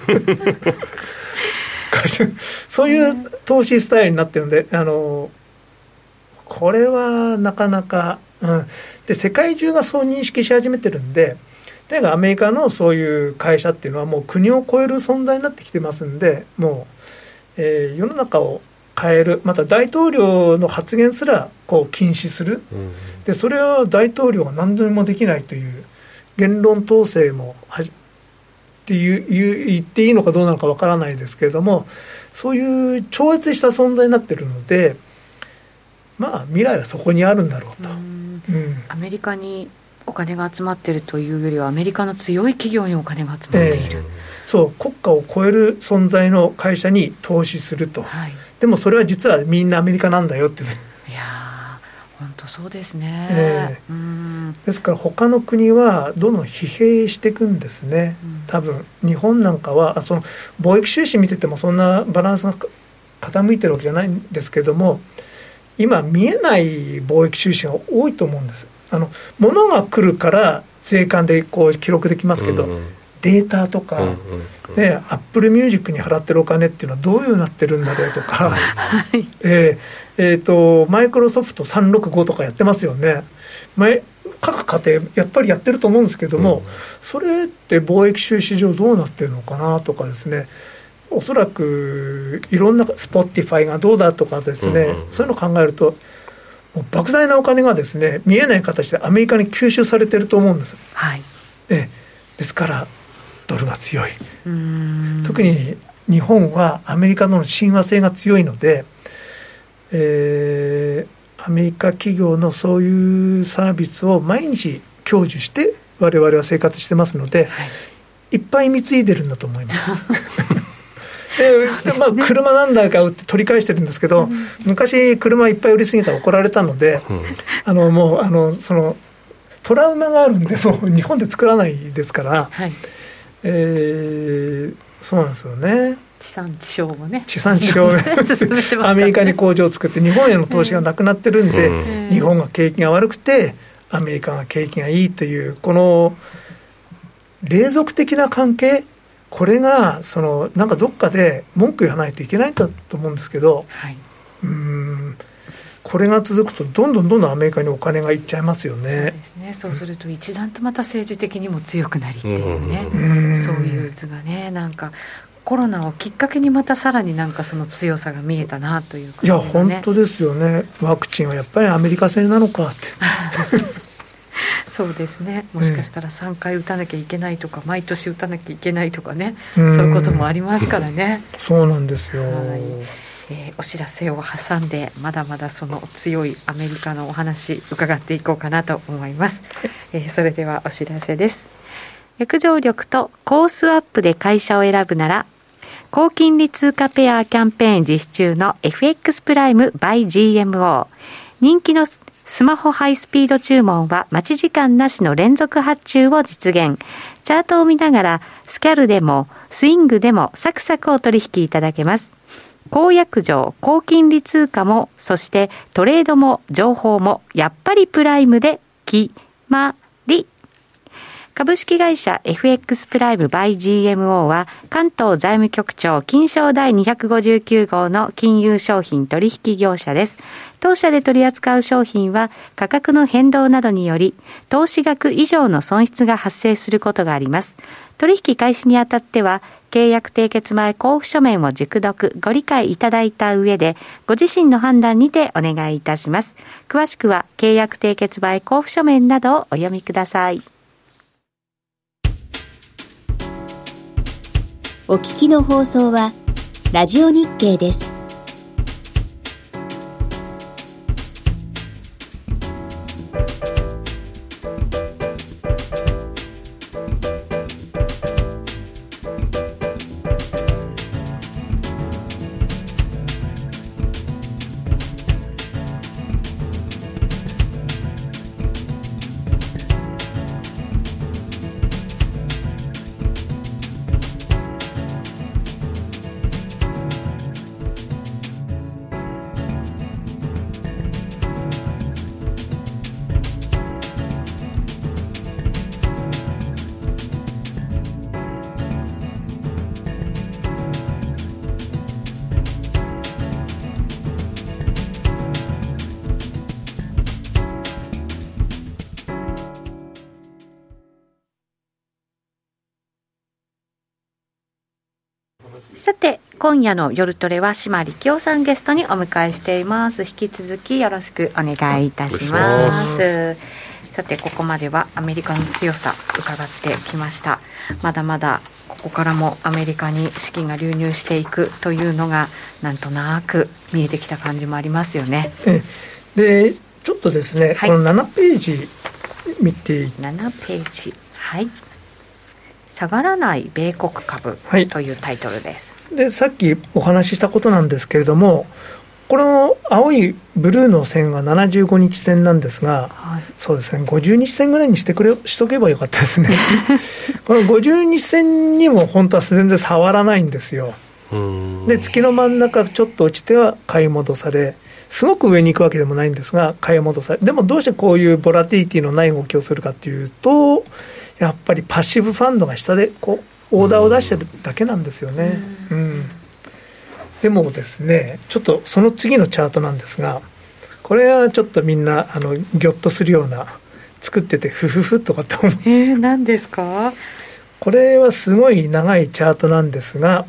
そういう投資スタイルになってるんで、あのこれはなかなか、うん、で世界中がそう認識し始めてるんで、だからアメリカのそういう会社っていうのはもう国を超える存在になってきてますんで、もう、えー、世の中を変える、また大統領の発言すらこう禁止する、うん、でそれを大統領が何でもできないという言論統制もはじっていう言っていいのかどうなのかわからないですけれども、そういう超越した存在になっているので、まあ未来はそこにあるんだろうと。
うんうん、アメリカにお金が集まっているというよりはアメリカの強い企業にお金が集まっている、えー、
そう国家を超える存在の会社に投資すると、はい、でもそれは実はみんなアメリカなんだよって。い
や本当そうですね、
えー、うんですから他の国はどんどん疲弊していくんですね、うん、多分日本なんかはその貿易収支見ててもそんなバランスが傾いてるわけじゃないんですけども、今見えない貿易収支が多いと思うんです。あの物が来るから税関でこう記録できますけど、うんうん、データとか、うんうんうん、でアップルミュージックに払ってるお金っていうのはどういうなってるんだろうとか、はいえーえー、とマイクロソフトさんろくごとかやってますよね。前各家庭やっぱりやってると思うんですけども、うん、それって貿易収支上どうなってるのかなとかですね、おそらくいろんな Spotify がどうだとかですね、うんうん、そういうのを考えるともう莫大なお金がですね見えない形でアメリカに吸収されてると思うんです、はいえですからドルが強い。うーん特に日本はアメリカとの親和性が強いので、えー、アメリカ企業のそういうサービスを毎日享受して我々は生活してますので、はい、いっぱい貢いでるんだと思いますでまあ、車なんだか売って取り返してるんですけど、うん、昔車いっぱい売りすぎたら怒られたので、うん、あのもうあのそのトラウマがあるんでもう日本で作らないですから、はいえー、そうなんですよね。
地産地消もね
地産地消ねアメリカに工場を作って日本への投資がなくなってるんで、うん、日本が景気が悪くてアメリカが景気がいいというこの隷属的な関係、これがそのなんかどっかで文句言わないといけないんだと思うんですけど、はい、うーんこれが続くとどんどんどんどんアメリカにお金がいっちゃいますよね。
そうですね。そうすると一段とまた政治的にも強くなりっていうね、うん、そういう図がね、なんかコロナをきっかけにまたさらになんかその強さが見えたなという感じ、ね、
いや本当ですよね。ワクチンはやっぱりアメリカ製なのかって
そうですね。もしかしたらさんかい打たなきゃいけないとか、毎年打たなきゃいけないとかね、そういうこともありますからね。
そうなんですよ。
はいえー、お知らせを挟んでまだまだその強いアメリカのお話伺っていこうかなと思います、えー、それではお知らせです。約定力とコースアップで会社を選ぶなら高金利通貨ペアキャンペーン実施中の エフエックス プライム by ジーエムオー、 人気のスマホハイスピード注文は待ち時間なしの連続発注を実現。チャートを見ながらスキャルでもスイングでもサクサクお取引いただけます。高約定、高金利通貨も、そしてトレードも情報もやっぱりプライムで決まり。株式会社 エフエックス プライム by ジーエムオー は関東財務局長金商第にひゃくごじゅうきゅう号の金融商品取引業者です。当社で取り扱う商品は価格の変動などにより投資額以上の損失が発生することがあります。取引開始にあたっては契約締結前交付書面を熟読ご理解いただいた上でご自身の判断にてお願いいたします。詳しくは契約締結前交付書面などをお読みください。
お聞きの放送はラジオ日経です。
さて今夜の夜トレは島力夫さんゲストにお迎えしています。引き続きよろしくお願いいたします。さてここまではアメリカの強さ伺ってきました。まだまだここからもアメリカに資金が流入していくというのがなんとなく見えてきた感じもありますよね。
でちょっとですね、はい、このななページ見て
ななページ、はい、下がらない米国株というタイトルです、
はい、でさっきお話ししたことなんですけれども、この青いブルーの線がななじゅうごにち線なんですが、はい、そうですねごじゅうにち線ぐらいにしてくれしとけばよかったですねこのごじゅうにち線にも本当は全然触らないんですよ。で月の真ん中ちょっと落ちては買い戻され、すごく上に行くわけでもないんですが買い戻され、でもどうしてこういうボラティリティのない動きをするかというと、やっぱりパッシブファンドが下でこうオーダーを出してるだけなんですよね。うん、うん、でもですね、ちょっとその次のチャートなんですが、これはちょっとみんなあのギョッとするような、作っててフフフとかって思う。
えー、何ですか？
これはすごい長いチャートなんですが、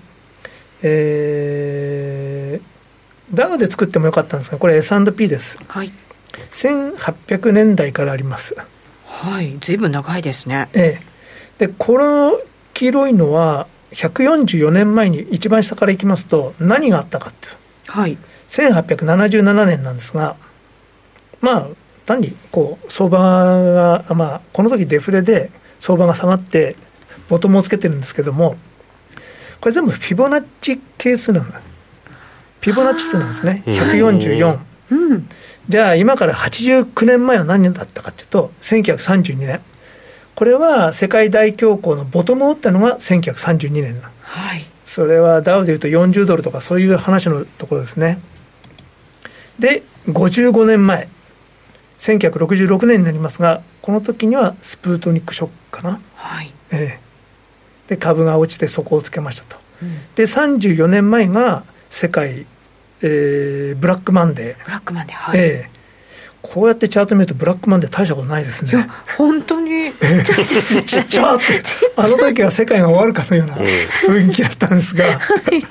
えー、ダウで作ってもよかったんですが、これ エスアンドピー です、
はい、
せんはっぴゃくねんだいからあります。
はい、ずいぶん長いですね。
ええ、でこの黄色いのはひゃくよんじゅうよねんまえに一番下からいきますと何があったかっていう、
はい、
せんはっぴゃくななじゅうななねんなんですが、まあ単にこう相場が、まあ、この時デフレで相場が下がってボトムをつけてるんですけども、これ全部フィボナッチ係数なの、フィボナッチ数なんですね。ひゃくよんじゅうよん、うん、じゃあ今からはちじゅうきゅうねんまえは何年だったかというとせんきゅうひゃくさんじゅうにねん、これは世界大恐慌のボトムを打ったのがせんきゅうひゃくさんじゅうにねんな、
はい、
それはダウでいうとよんじゅうドルとかそういう話のところですね。でごじゅうごねんまえせんきゅうひゃくろくじゅうろくねんになりますが、この時にはスプートニクショックかな、
はい、
えー、で株が落ちて底をつけましたと、うん、でさんじゅうよねんまえが世界、えー、ブラックマンデー、
ブラックマンデー、はい、
えーこうやってチャート見るとブラックマンデー大したことないですね。
いや本当にちっちゃいですね
ちっちゃってあの時は世界が終わるかのような雰囲気だったんですが、はい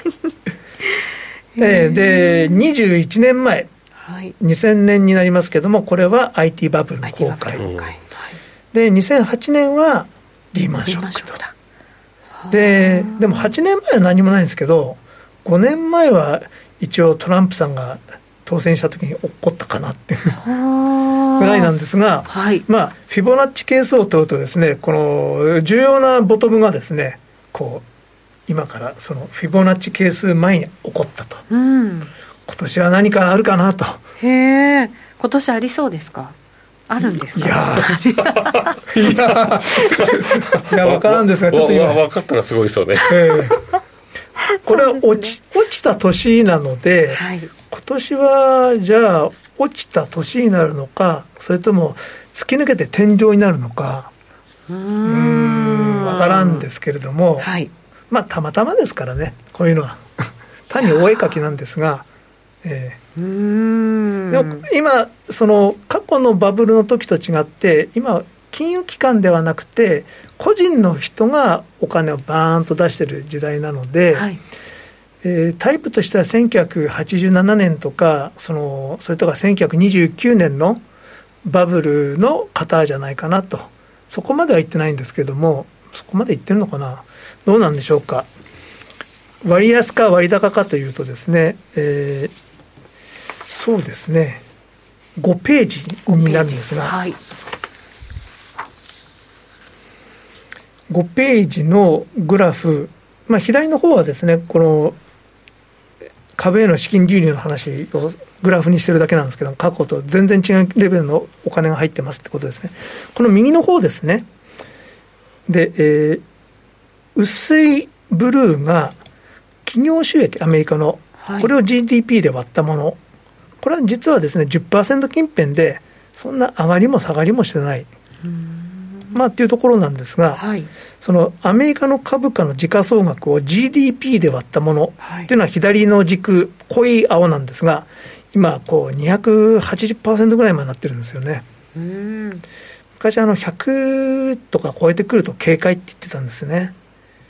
えー、でにじゅういちねんまえ、はい、にせんねんになりますけども、これは アイティー バブルの崩壊で、にせんはちねんはリーマンショックと。ででもはちねんまえは何もないんですけど、ごねんまえは一応トランプさんが当選した時に起こったかなっていうぐらいなんですが、はい、まあフィボナッチ係数を取るとですね、この重要なボトムがですね、こう今からそのフィボナッチ係数前に起こったと、うん、今年は何かあるかなと。
へえ、今年ありそうですか？あるんですか？
いやいやいや分からんですが、ちょっと今
分かったらすごいそうね、
えー、これは落ち、落ちた年なので、はい、今年はじゃあ落ちた年になるのか、それとも突き抜けて天井になるのか、うーん分からんですけれども、はい、まあたまたまですからね、こういうのは単にお絵描きなんですが、えー、うーんでも今その過去のバブルの時と違って、今金融機関ではなくて個人の人がお金をバーンと出している時代なので、はい、えー、タイプとしてはせんきゅうひゃくはちじゅうななねんとか、そのそれとかせんきゅうひゃくにじゅうきゅうねんのバブルの型じゃないかなと。そこまでは言ってないんですけども、そこまで言ってるのかな、どうなんでしょうか。割安か割高かというとですね、えー、そうですねごページになるんですが、はい、ごページのグラフ、まあ、左の方はですね、この株への資金流入の話をグラフにしてるだけなんですけど、過去と全然違うレベルのお金が入ってますってことですね。この右の方ですね。で、えー、薄いブルーが企業収益、アメリカの、はい、これを ジーディーピー で割ったもの。これは実はですね じゅっパーセント 近辺でそんな上がりも下がりもしてない、うーん、まあっていうところなんですが、はい、そのアメリカの株価の時価総額を ジーディーピー で割ったものっていうのは左の軸濃い青なんですが、今こう にひゃくはちじゅっパーセント ぐらいまでなってるんですよね。うーん、昔あのひゃくとか超えてくると警戒って言ってたんですね。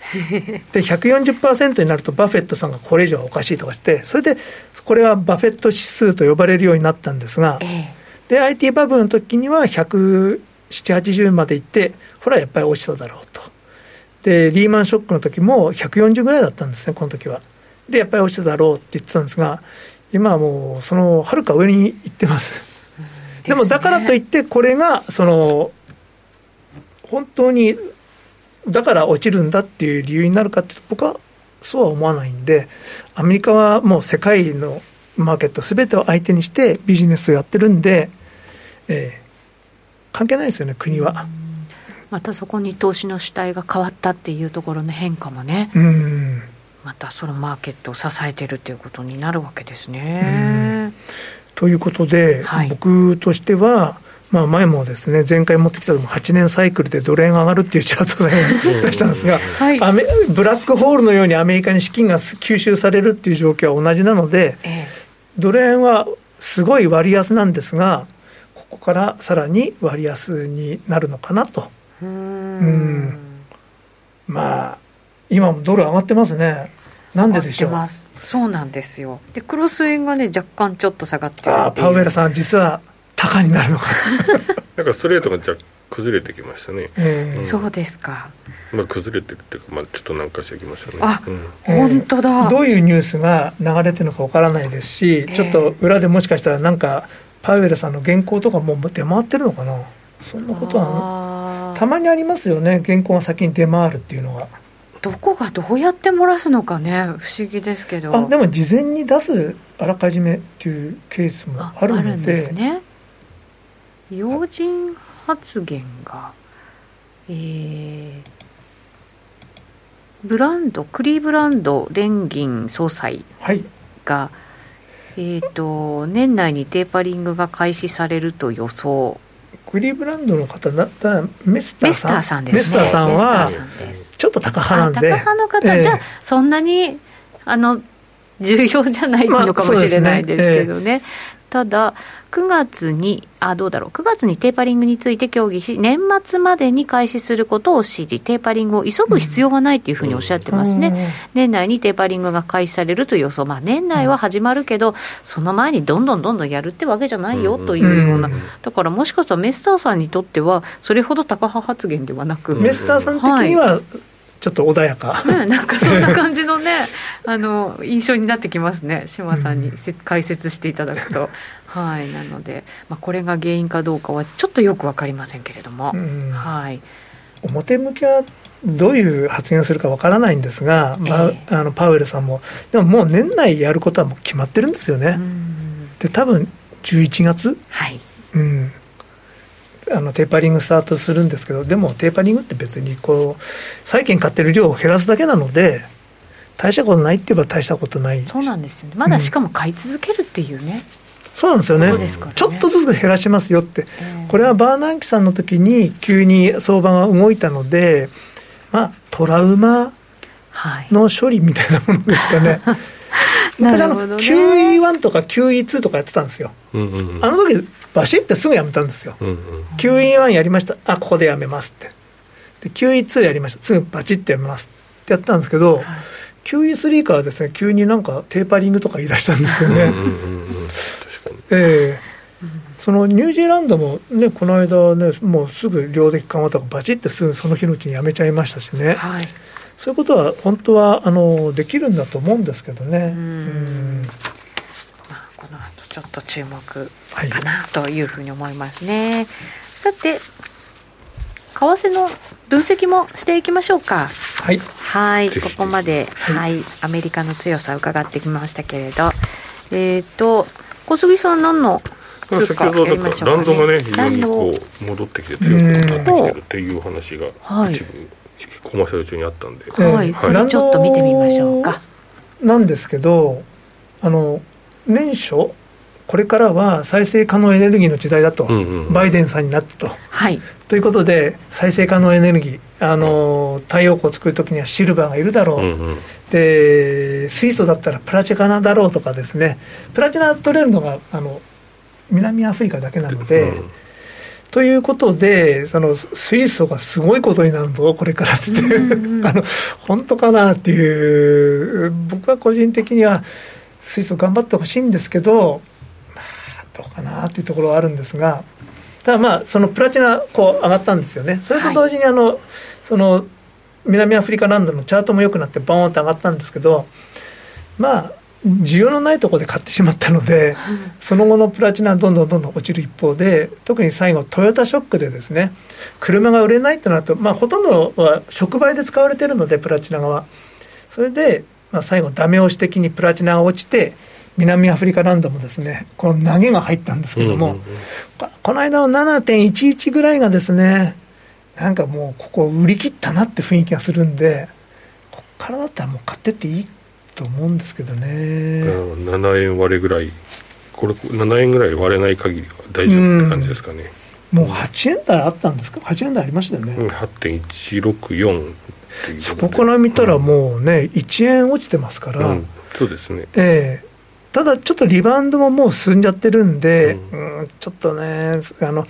で ひゃくよんじゅっパーセント になるとバフェットさんがこれ以上はおかしいとかして、それでこれはバフェット指数と呼ばれるようになったんですが、えー、で アイティー バブルの時にはひゃくななじゅう、はちじゅうまでいって、ほらやっぱり落ちただろうと。でリーマンショックの時もひゃくよんじゅうぐらいだったんですね、この時は。でやっぱり落ちただろうって言ってたんですが、今はもうそのはるか上に行ってます。でもだからといってこれがその本当にだから落ちるんだっていう理由になるかって僕はそうは思わないんで、アメリカはもう世界のマーケット全てを相手にしてビジネスをやってるんで、えー、関係ないですよね、国は。
またそこに投資の主体が変わったっていうところの変化もね、
うん
またそのマーケットを支えてるということになるわけですね。
ということで、はい、僕としては、まあ、前もですね、前回持ってきたのもはちねんサイクルでドル円が上がるっていうチャートを出したんですが、はい、アメブラックホールのようにアメリカに資金が吸収されるっていう状況は同じなので、ええ、ドル円はすごい割安なんですが、ここからさらに割安になるのかなと。うーんうんまあ今もドル上がってますね。なんででしょう。
そうなんですよ。でクロス円がね若干ちょっと下がってるっていう。
あパウエルさん実は高になるのか
なんかストレートがじゃ崩れてきましたね、
えーうん、そうですか、
まあ、崩れてるっていうか、まあ、ちょっと軟化してきましたね。
あ、
うん
えー、本当だ。
どういうニュースが流れてるのかわからないですし、えー、ちょっと裏でもしかしたらなんかパウエルさんの原稿とかもう出回ってるのかな。そんなことはたまにありますよね、原稿が先に出回るっていうのが。
どこがどうやって漏らすのかね、不思議ですけど。
あでも事前に出すあらかじめっていうケースもあるので。あるんですね。
要人発言が、えー、ブランドクリーブランド連銀総裁が、はい、えーと、年内にテーパリングが開始されると予想。
クリーブランドの方だったらメスターさん、
メスターさんですね。
メスターさんはちょっと高派なんで、
高派の方、えー、じゃあそんなにあの重要じゃないのかもしれないですけどね、まあねえー、ただくがつにあどうだろうくがつにテーパリングについて協議し、年末までに開始することを指示。テーパリングを急ぐ必要はないというふうにおっしゃってますね、うん、年内にテーパリングが開始されるという予想。まあ、年内は始まるけど、うん、その前にどんどんどんどんやるってわけじゃないよというような、うん、だからもしかしたらメスターさんにとってはそれほど高派発言ではなく、
メスターさん的には、はい、ちょっと穏やか、
ね、なんかそんな感じのねあの印象になってきますね、島さんに解説していただくと、はい、なので、まあ、これが原因かどうかはちょっとよく分かりませんけれども、はい、
表向きはどういう発言をするか分からないんですが、えー、あのパウエルさんもでももう年内やることはもう決まってるんですよね。で多分じゅういちがつ、はいうん、あのテーパリングスタートするんですけど、でもテーパリングって別にこう債券買ってる量を減らすだけなので大したことないって言えば大したことない。
そうなんですよね。まだしかも買い続けるっていうね、うん、
そうなんですよ ね, ねちょっとずつ減らしますよって、えー、これはバーナンキさんの時に急に相場が動いたので、まあ、トラウマの処理みたいなものですかね、はい昔あの キューイーワン とか キューイーツー とかやってたんですよ、うんうんうん、あの時バシッてすぐやめたんですよ、うんうん、キューイーワン やりました、あここでやめますって。で キューイーツー やりました、すぐバチッてやめますってやったんですけど、はい、キューイースリー からですね急になんかテーパリングとか言い出したんですよね、うんうんうんうん、確かに、えー、そのニュージーランドもねこの間ねもうすぐ量的緩和とかバチッてすぐその日のうちにやめちゃいましたしね、はい、そういうことは本当はあのできるんだと思うんですけどね。うんうん
まあ、この後ちょっと注目かなというふうに思いますね、はい、さて為替の分析もしていきましょうか。はい、はいここまで、はいはい、アメリカの強さを伺ってきましたけれど、えーと小杉さん何の通貨やりましょうかね。ランドがね非常にこう戻ってきて強くなってきてるっていう話が一部コマーシャル中にあったんで、はい、それちょっと見てみましょうか。
なんですけどあの年初これからは再生可能エネルギーの時代だと、うんうんうん、バイデンさんになったと、はい、ということで再生可能エネルギーあの太陽光を作るときにはシルバーがいるだろう、うんうん、で水素だったらプラチナだろうとかですね、プラチナ取れるのがあの南アフリカだけなので、うん、 ということでその水素がすごいことになるぞこれからっつって、うんうん、あの本当かなっていう僕は個人的には水素頑張ってほしいんですけど、まあ、どうかなっていうところはあるんですが、ただまあそのプラチナこう上がったんですよね。それと同時にあの、はい、その南アフリカランドのチャートも良くなってバーンと上がったんですけど、まあ需要のないところで買ってしまったので、うん、その後のプラチナはどんどんどんどん落ちる一方で、特に最後トヨタショックでですね車が売れないとなると、まあ、ほとんどは触媒で使われているのでプラチナはそれで、まあ、最後ダメ押し的にプラチナが落ちて南アフリカランドもですねこの投げが入ったんですけども、うんうんうん、この間の ななてんいちいち ぐらいがですねなんかもうここ売り切ったなって雰囲気がするんで、ここからだったらもう買ってっていいと思うんですけどね。
ななえん割れぐらい、これななえんぐらい割れない限りは大丈夫って感じですかね。
もうはちえん台あったんですか。はちえん台ありましたよね、うん、
はちてんいちろくよん
そこから見たらもうね、うん、いちえん落ちてますから、うん、
そうですね、
えー、ただちょっとリバウンドももう進んじゃってるんで、うんうん、ちょっとねあの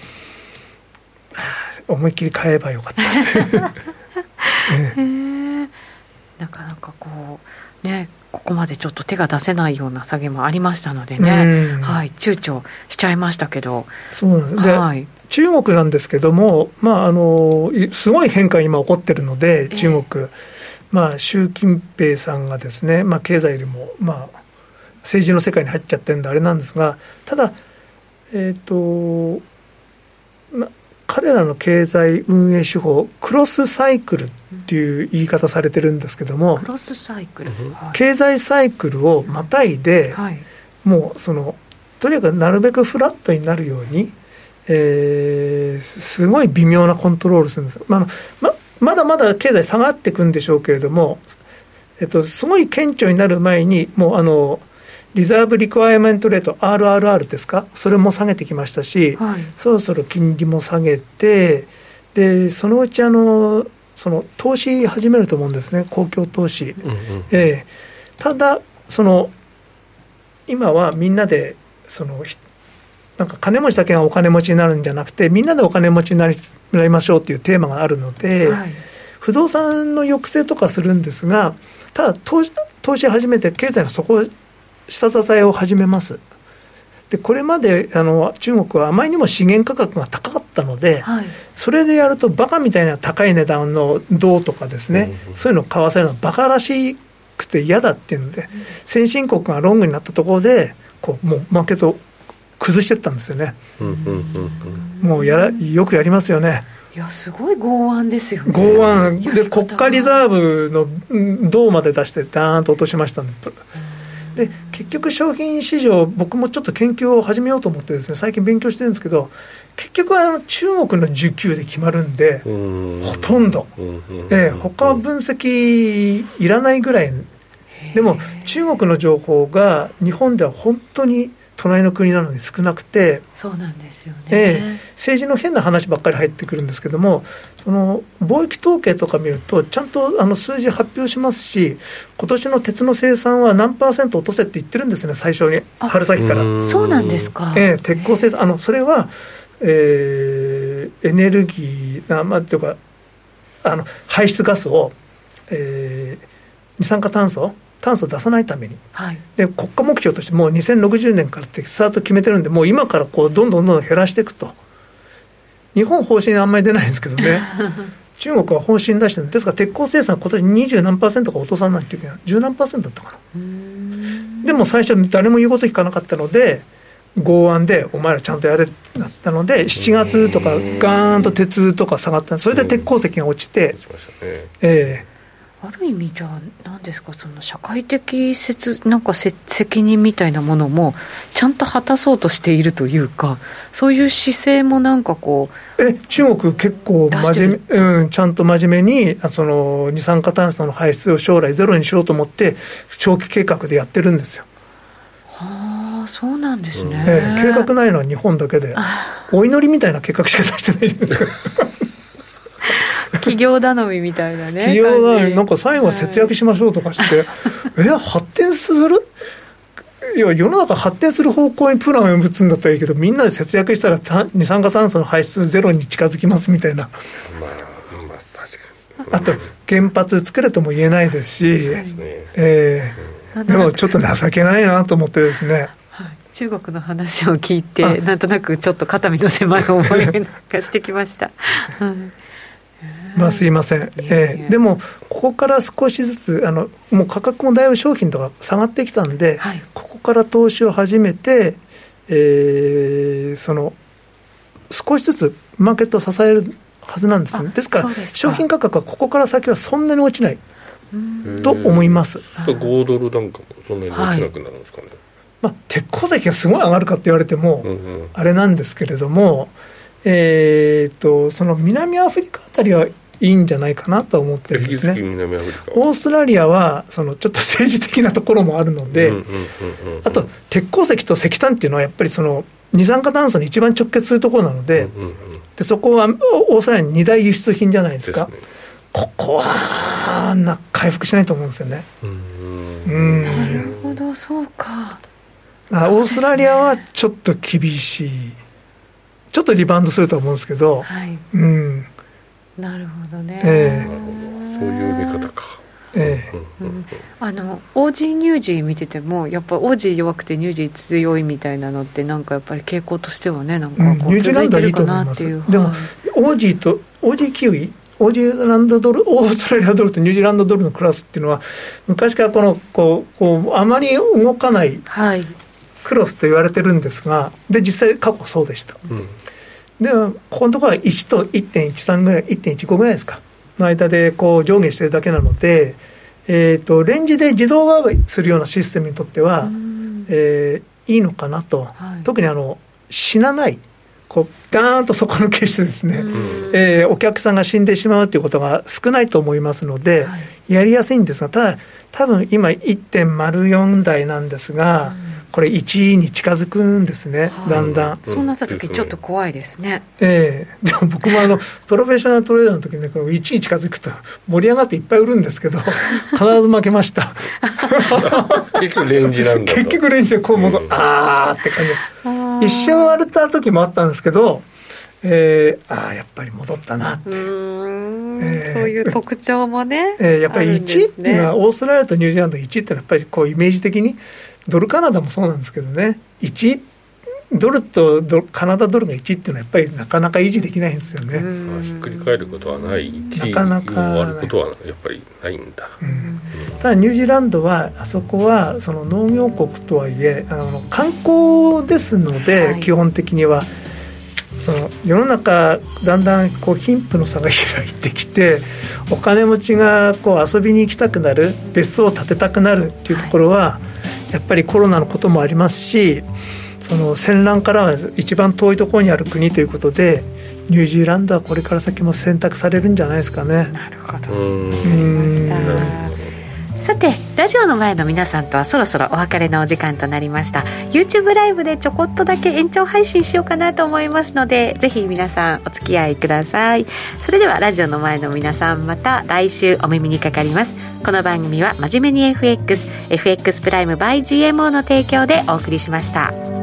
思いっきり買えばよかった、
えー、なかなかこうねここまでちょっと手が出せないような下げもありましたのでね、はい、躊躇しちゃいましたけど。
そうなんです、はい、で中国なんですけども、まあ、あのすごい変化今起こってるので中国、えーまあ、習近平さんがですね、まあ、経済よりも、まあ、政治の世界に入っちゃってるんであれなんですが、ただ、えっとま彼らの経済運営手法クロスサイクルっていう言い方されてるんですけども、
クロスサイクル、
経済サイクルをまたいで、はい、もうそのとにかくなるべくフラットになるように、えー、すごい微妙なコントロールするんです、まあま、まだまだ経済下がっていくんでしょうけれども、えっと、すごい顕著になる前にもうあのリザーブリクワイアメントレート アールアールアール ですか、それも下げてきましたし、はい、そろそろ金利も下げて、でそのうちあのその投資始めると思うんですね、公共投資、うんうんえー、ただその今はみんなでそのなんか金持ちだけがお金持ちになるんじゃなくてみんなでお金持ちにな り, なりましょうというテーマがあるので、はい、不動産の抑制とかするんですが、ただ投資、投資始めて経済の底下支えを始めます。でこれまであの中国はあまりにも資源価格が高かったので、はい、それでやるとバカみたいな高い値段の銅とかですね、うんうん、そういうのを買わせるのはバカらしくて嫌だっていうので、うん、先進国がロングになったところでこうもうマーケットを崩していったんですよね、うんうんうん、もうやらよくやりますよね。
いやすごい剛腕ですよね。
剛腕で国家リザーブの銅まで出してダーンと落としましたんで、で結局商品市場僕もちょっと研究を始めようと思ってですね最近勉強してるんですけど、結局はあの中国の需給で決まるんでほとんど、えー、他は分析いらないぐらい。でも中国の情報が日本では本当に隣の国なのに少なくて、
そうなんですよね、
えー、政治の変な話ばっかり入ってくるんですけども、その貿易統計とか見るとちゃんとあの数字発表しますし、今年の鉄の生産は何パーセント落とせって言ってるんですね、最初に春先から。
そうなんですか、
えー、鉄鋼生産あのそれは、えー、エネルギーな、まあ、というかあの排出ガスを、えー、二酸化炭素炭素を出さないために、はい、で国家目標としてもうにせんろくじゅうねんからってスタート決めてるんで、もう今からこうどんどんどんどん減らしていくと。日本方針あんまり出ないんですけどね中国は方針出してるんですが、鉄鋼生産今年にじゅう何パーセントか落とさないといけない、じゅう何パーセントだったかな。うーんでも最初誰も言うこと聞かなかったので剛腕でお前らちゃんとやれってなったので、しちがつとかガーンと鉄とか下がった、それで鉄鉱石が落ちて、えー
ある意味じゃあ何ですか、その社会的説なんか責任みたいなものもちゃんと果たそうとしているというか、そういう姿勢もなんかこ
うえ中国結構真面目、うん、ちゃんと真面目にその二酸化炭素の排出を将来ゼロにしようと思って長期計画でやってるんですよ。
はあ、そうなんですね、
えー、計画ないのは日本だけでお祈りみたいな計画しか出してないんです
企業頼みみたいなね。
企業頼みなんか最後は節約しましょうとかして、はい、え発展する要は世の中発展する方向にプランを打つんだったらいいけど、みんなで節約したら二酸化炭素の排出ゼロに近づきますみたいな、まあまあ、確かにあと原発作れとも言えないですし、ですね、えー、でもちょっと情けないなと思ってですね、
中国の話を聞いてなんとなくちょっと肩身の狭い思いがしてきました、はい、
まあ、すいません、えー、でもここから少しずつあのもう価格もだいぶ商品とか下がってきたんで、はい、ここから投資を始めて、えー、その少しずつマーケットを支えるはずなんですね。ですから商品価格はここから先はそんなに落ちないと思います。
ごドルなんかもそんなに落ちなくなるんですかね、はい、
まあ、鉄鉱石がすごい上がるかって言われても、うんうん、あれなんですけれども、えー、とその南アフリカあたりはいいんじゃないかなと思ってるんですね。
南アフリカ
オーストラリアはそのちょっと政治的なところもあるので、あと鉄鉱石と石炭っていうのはやっぱりその二酸化炭素に一番直結するところなので、うんうんうん、でそこはオーストラリアに二大輸出品じゃないですか。ですね、ここはな回復しないと思うんですよね。
うんうんなるほど、そうか。
あ、オーストラリアはちょっと厳しい、ちょっとリバウンドすると思うんですけど、はい、うん、
なるほどね、
えー、
なるほど、そういう見方か。
ええ
うん、あのオージーニュージー見ててもやっぱオージー弱くてニュージー強いみたいなのってなんかやっぱり傾向としてはね、なんかこう続いてるかなっていう、
うん、でも、はい、オージーとオージーキウイオージーランドドル、オーストラリアドルとニュージーランドドルのクラスっていうのは昔からこのこうこうあまり動かないクロスと言われてるんですが、で実際過去そうでした、うん、でここのところはいちと いってんいちさん ぐらい いってんいちご ぐらいですかの間でこう上下してるだけなので、えー、とレンジで自動上がりするようなシステムにとっては、えー、いいのかなと、はい、特にあの死なないこうダーンと底抜けしてですね、えー、お客さんが死んでしまうということが少ないと思いますので、はい、やりやすいんですが、ただ多分今 いってんまるよん 台なんですが、これいちに近づくんですね、はい、だんだん。
そうなった時ちょっと怖いですね。
えー、でも僕もあのプロフェッショナルトレーダーの時に、ね、このいちに近づくと盛り上がっていっぱい売るんですけど必ず負けました
結局レンジなんだと。
結局レンジでこう戻る、うん、あーって感じ。一瞬割れた時もあったんですけど、えー、あーやっぱり戻ったなって。う
ーん、えー、そういう特徴もね、
えー、やっぱりいちっていうのはオーストラリアとニュージーランドいちっていうのはやっぱりこうイメージ的にドルカナダもそうなんですけどね、いちドルとドルカナダドルがいちっていうのはやっぱりなかなか維持できないんですよね。
まあ、ひっくり返ることはない、いちに終わることはやっぱりないんだ、うん、
ただニュージーランドはあそこはその農業国とはいえあの観光ですので、はい、基本的にはその世の中だんだんこう貧富の差が開いてきて、お金持ちがこう遊びに行きたくなる、別荘を建てたくなるっていうところは、はい、やっぱりコロナのこともありますし、その戦乱からは一番遠いところにある国ということで、ニュージーランドはこれから先も選択されるんじゃないですかね。
なるほど、わかりました。さてラジオの前の皆さんとはそろそろお別れのお時間となりました。 YouTube ライブでちょこっとだけ延長配信しようかなと思いますので、ぜひ皆さんお付き合いください。それではラジオの前の皆さん、また来週お耳にかかります。この番組は真面目に エフエックス エフエックス プライム by ジーエムオー の提供でお送りしました。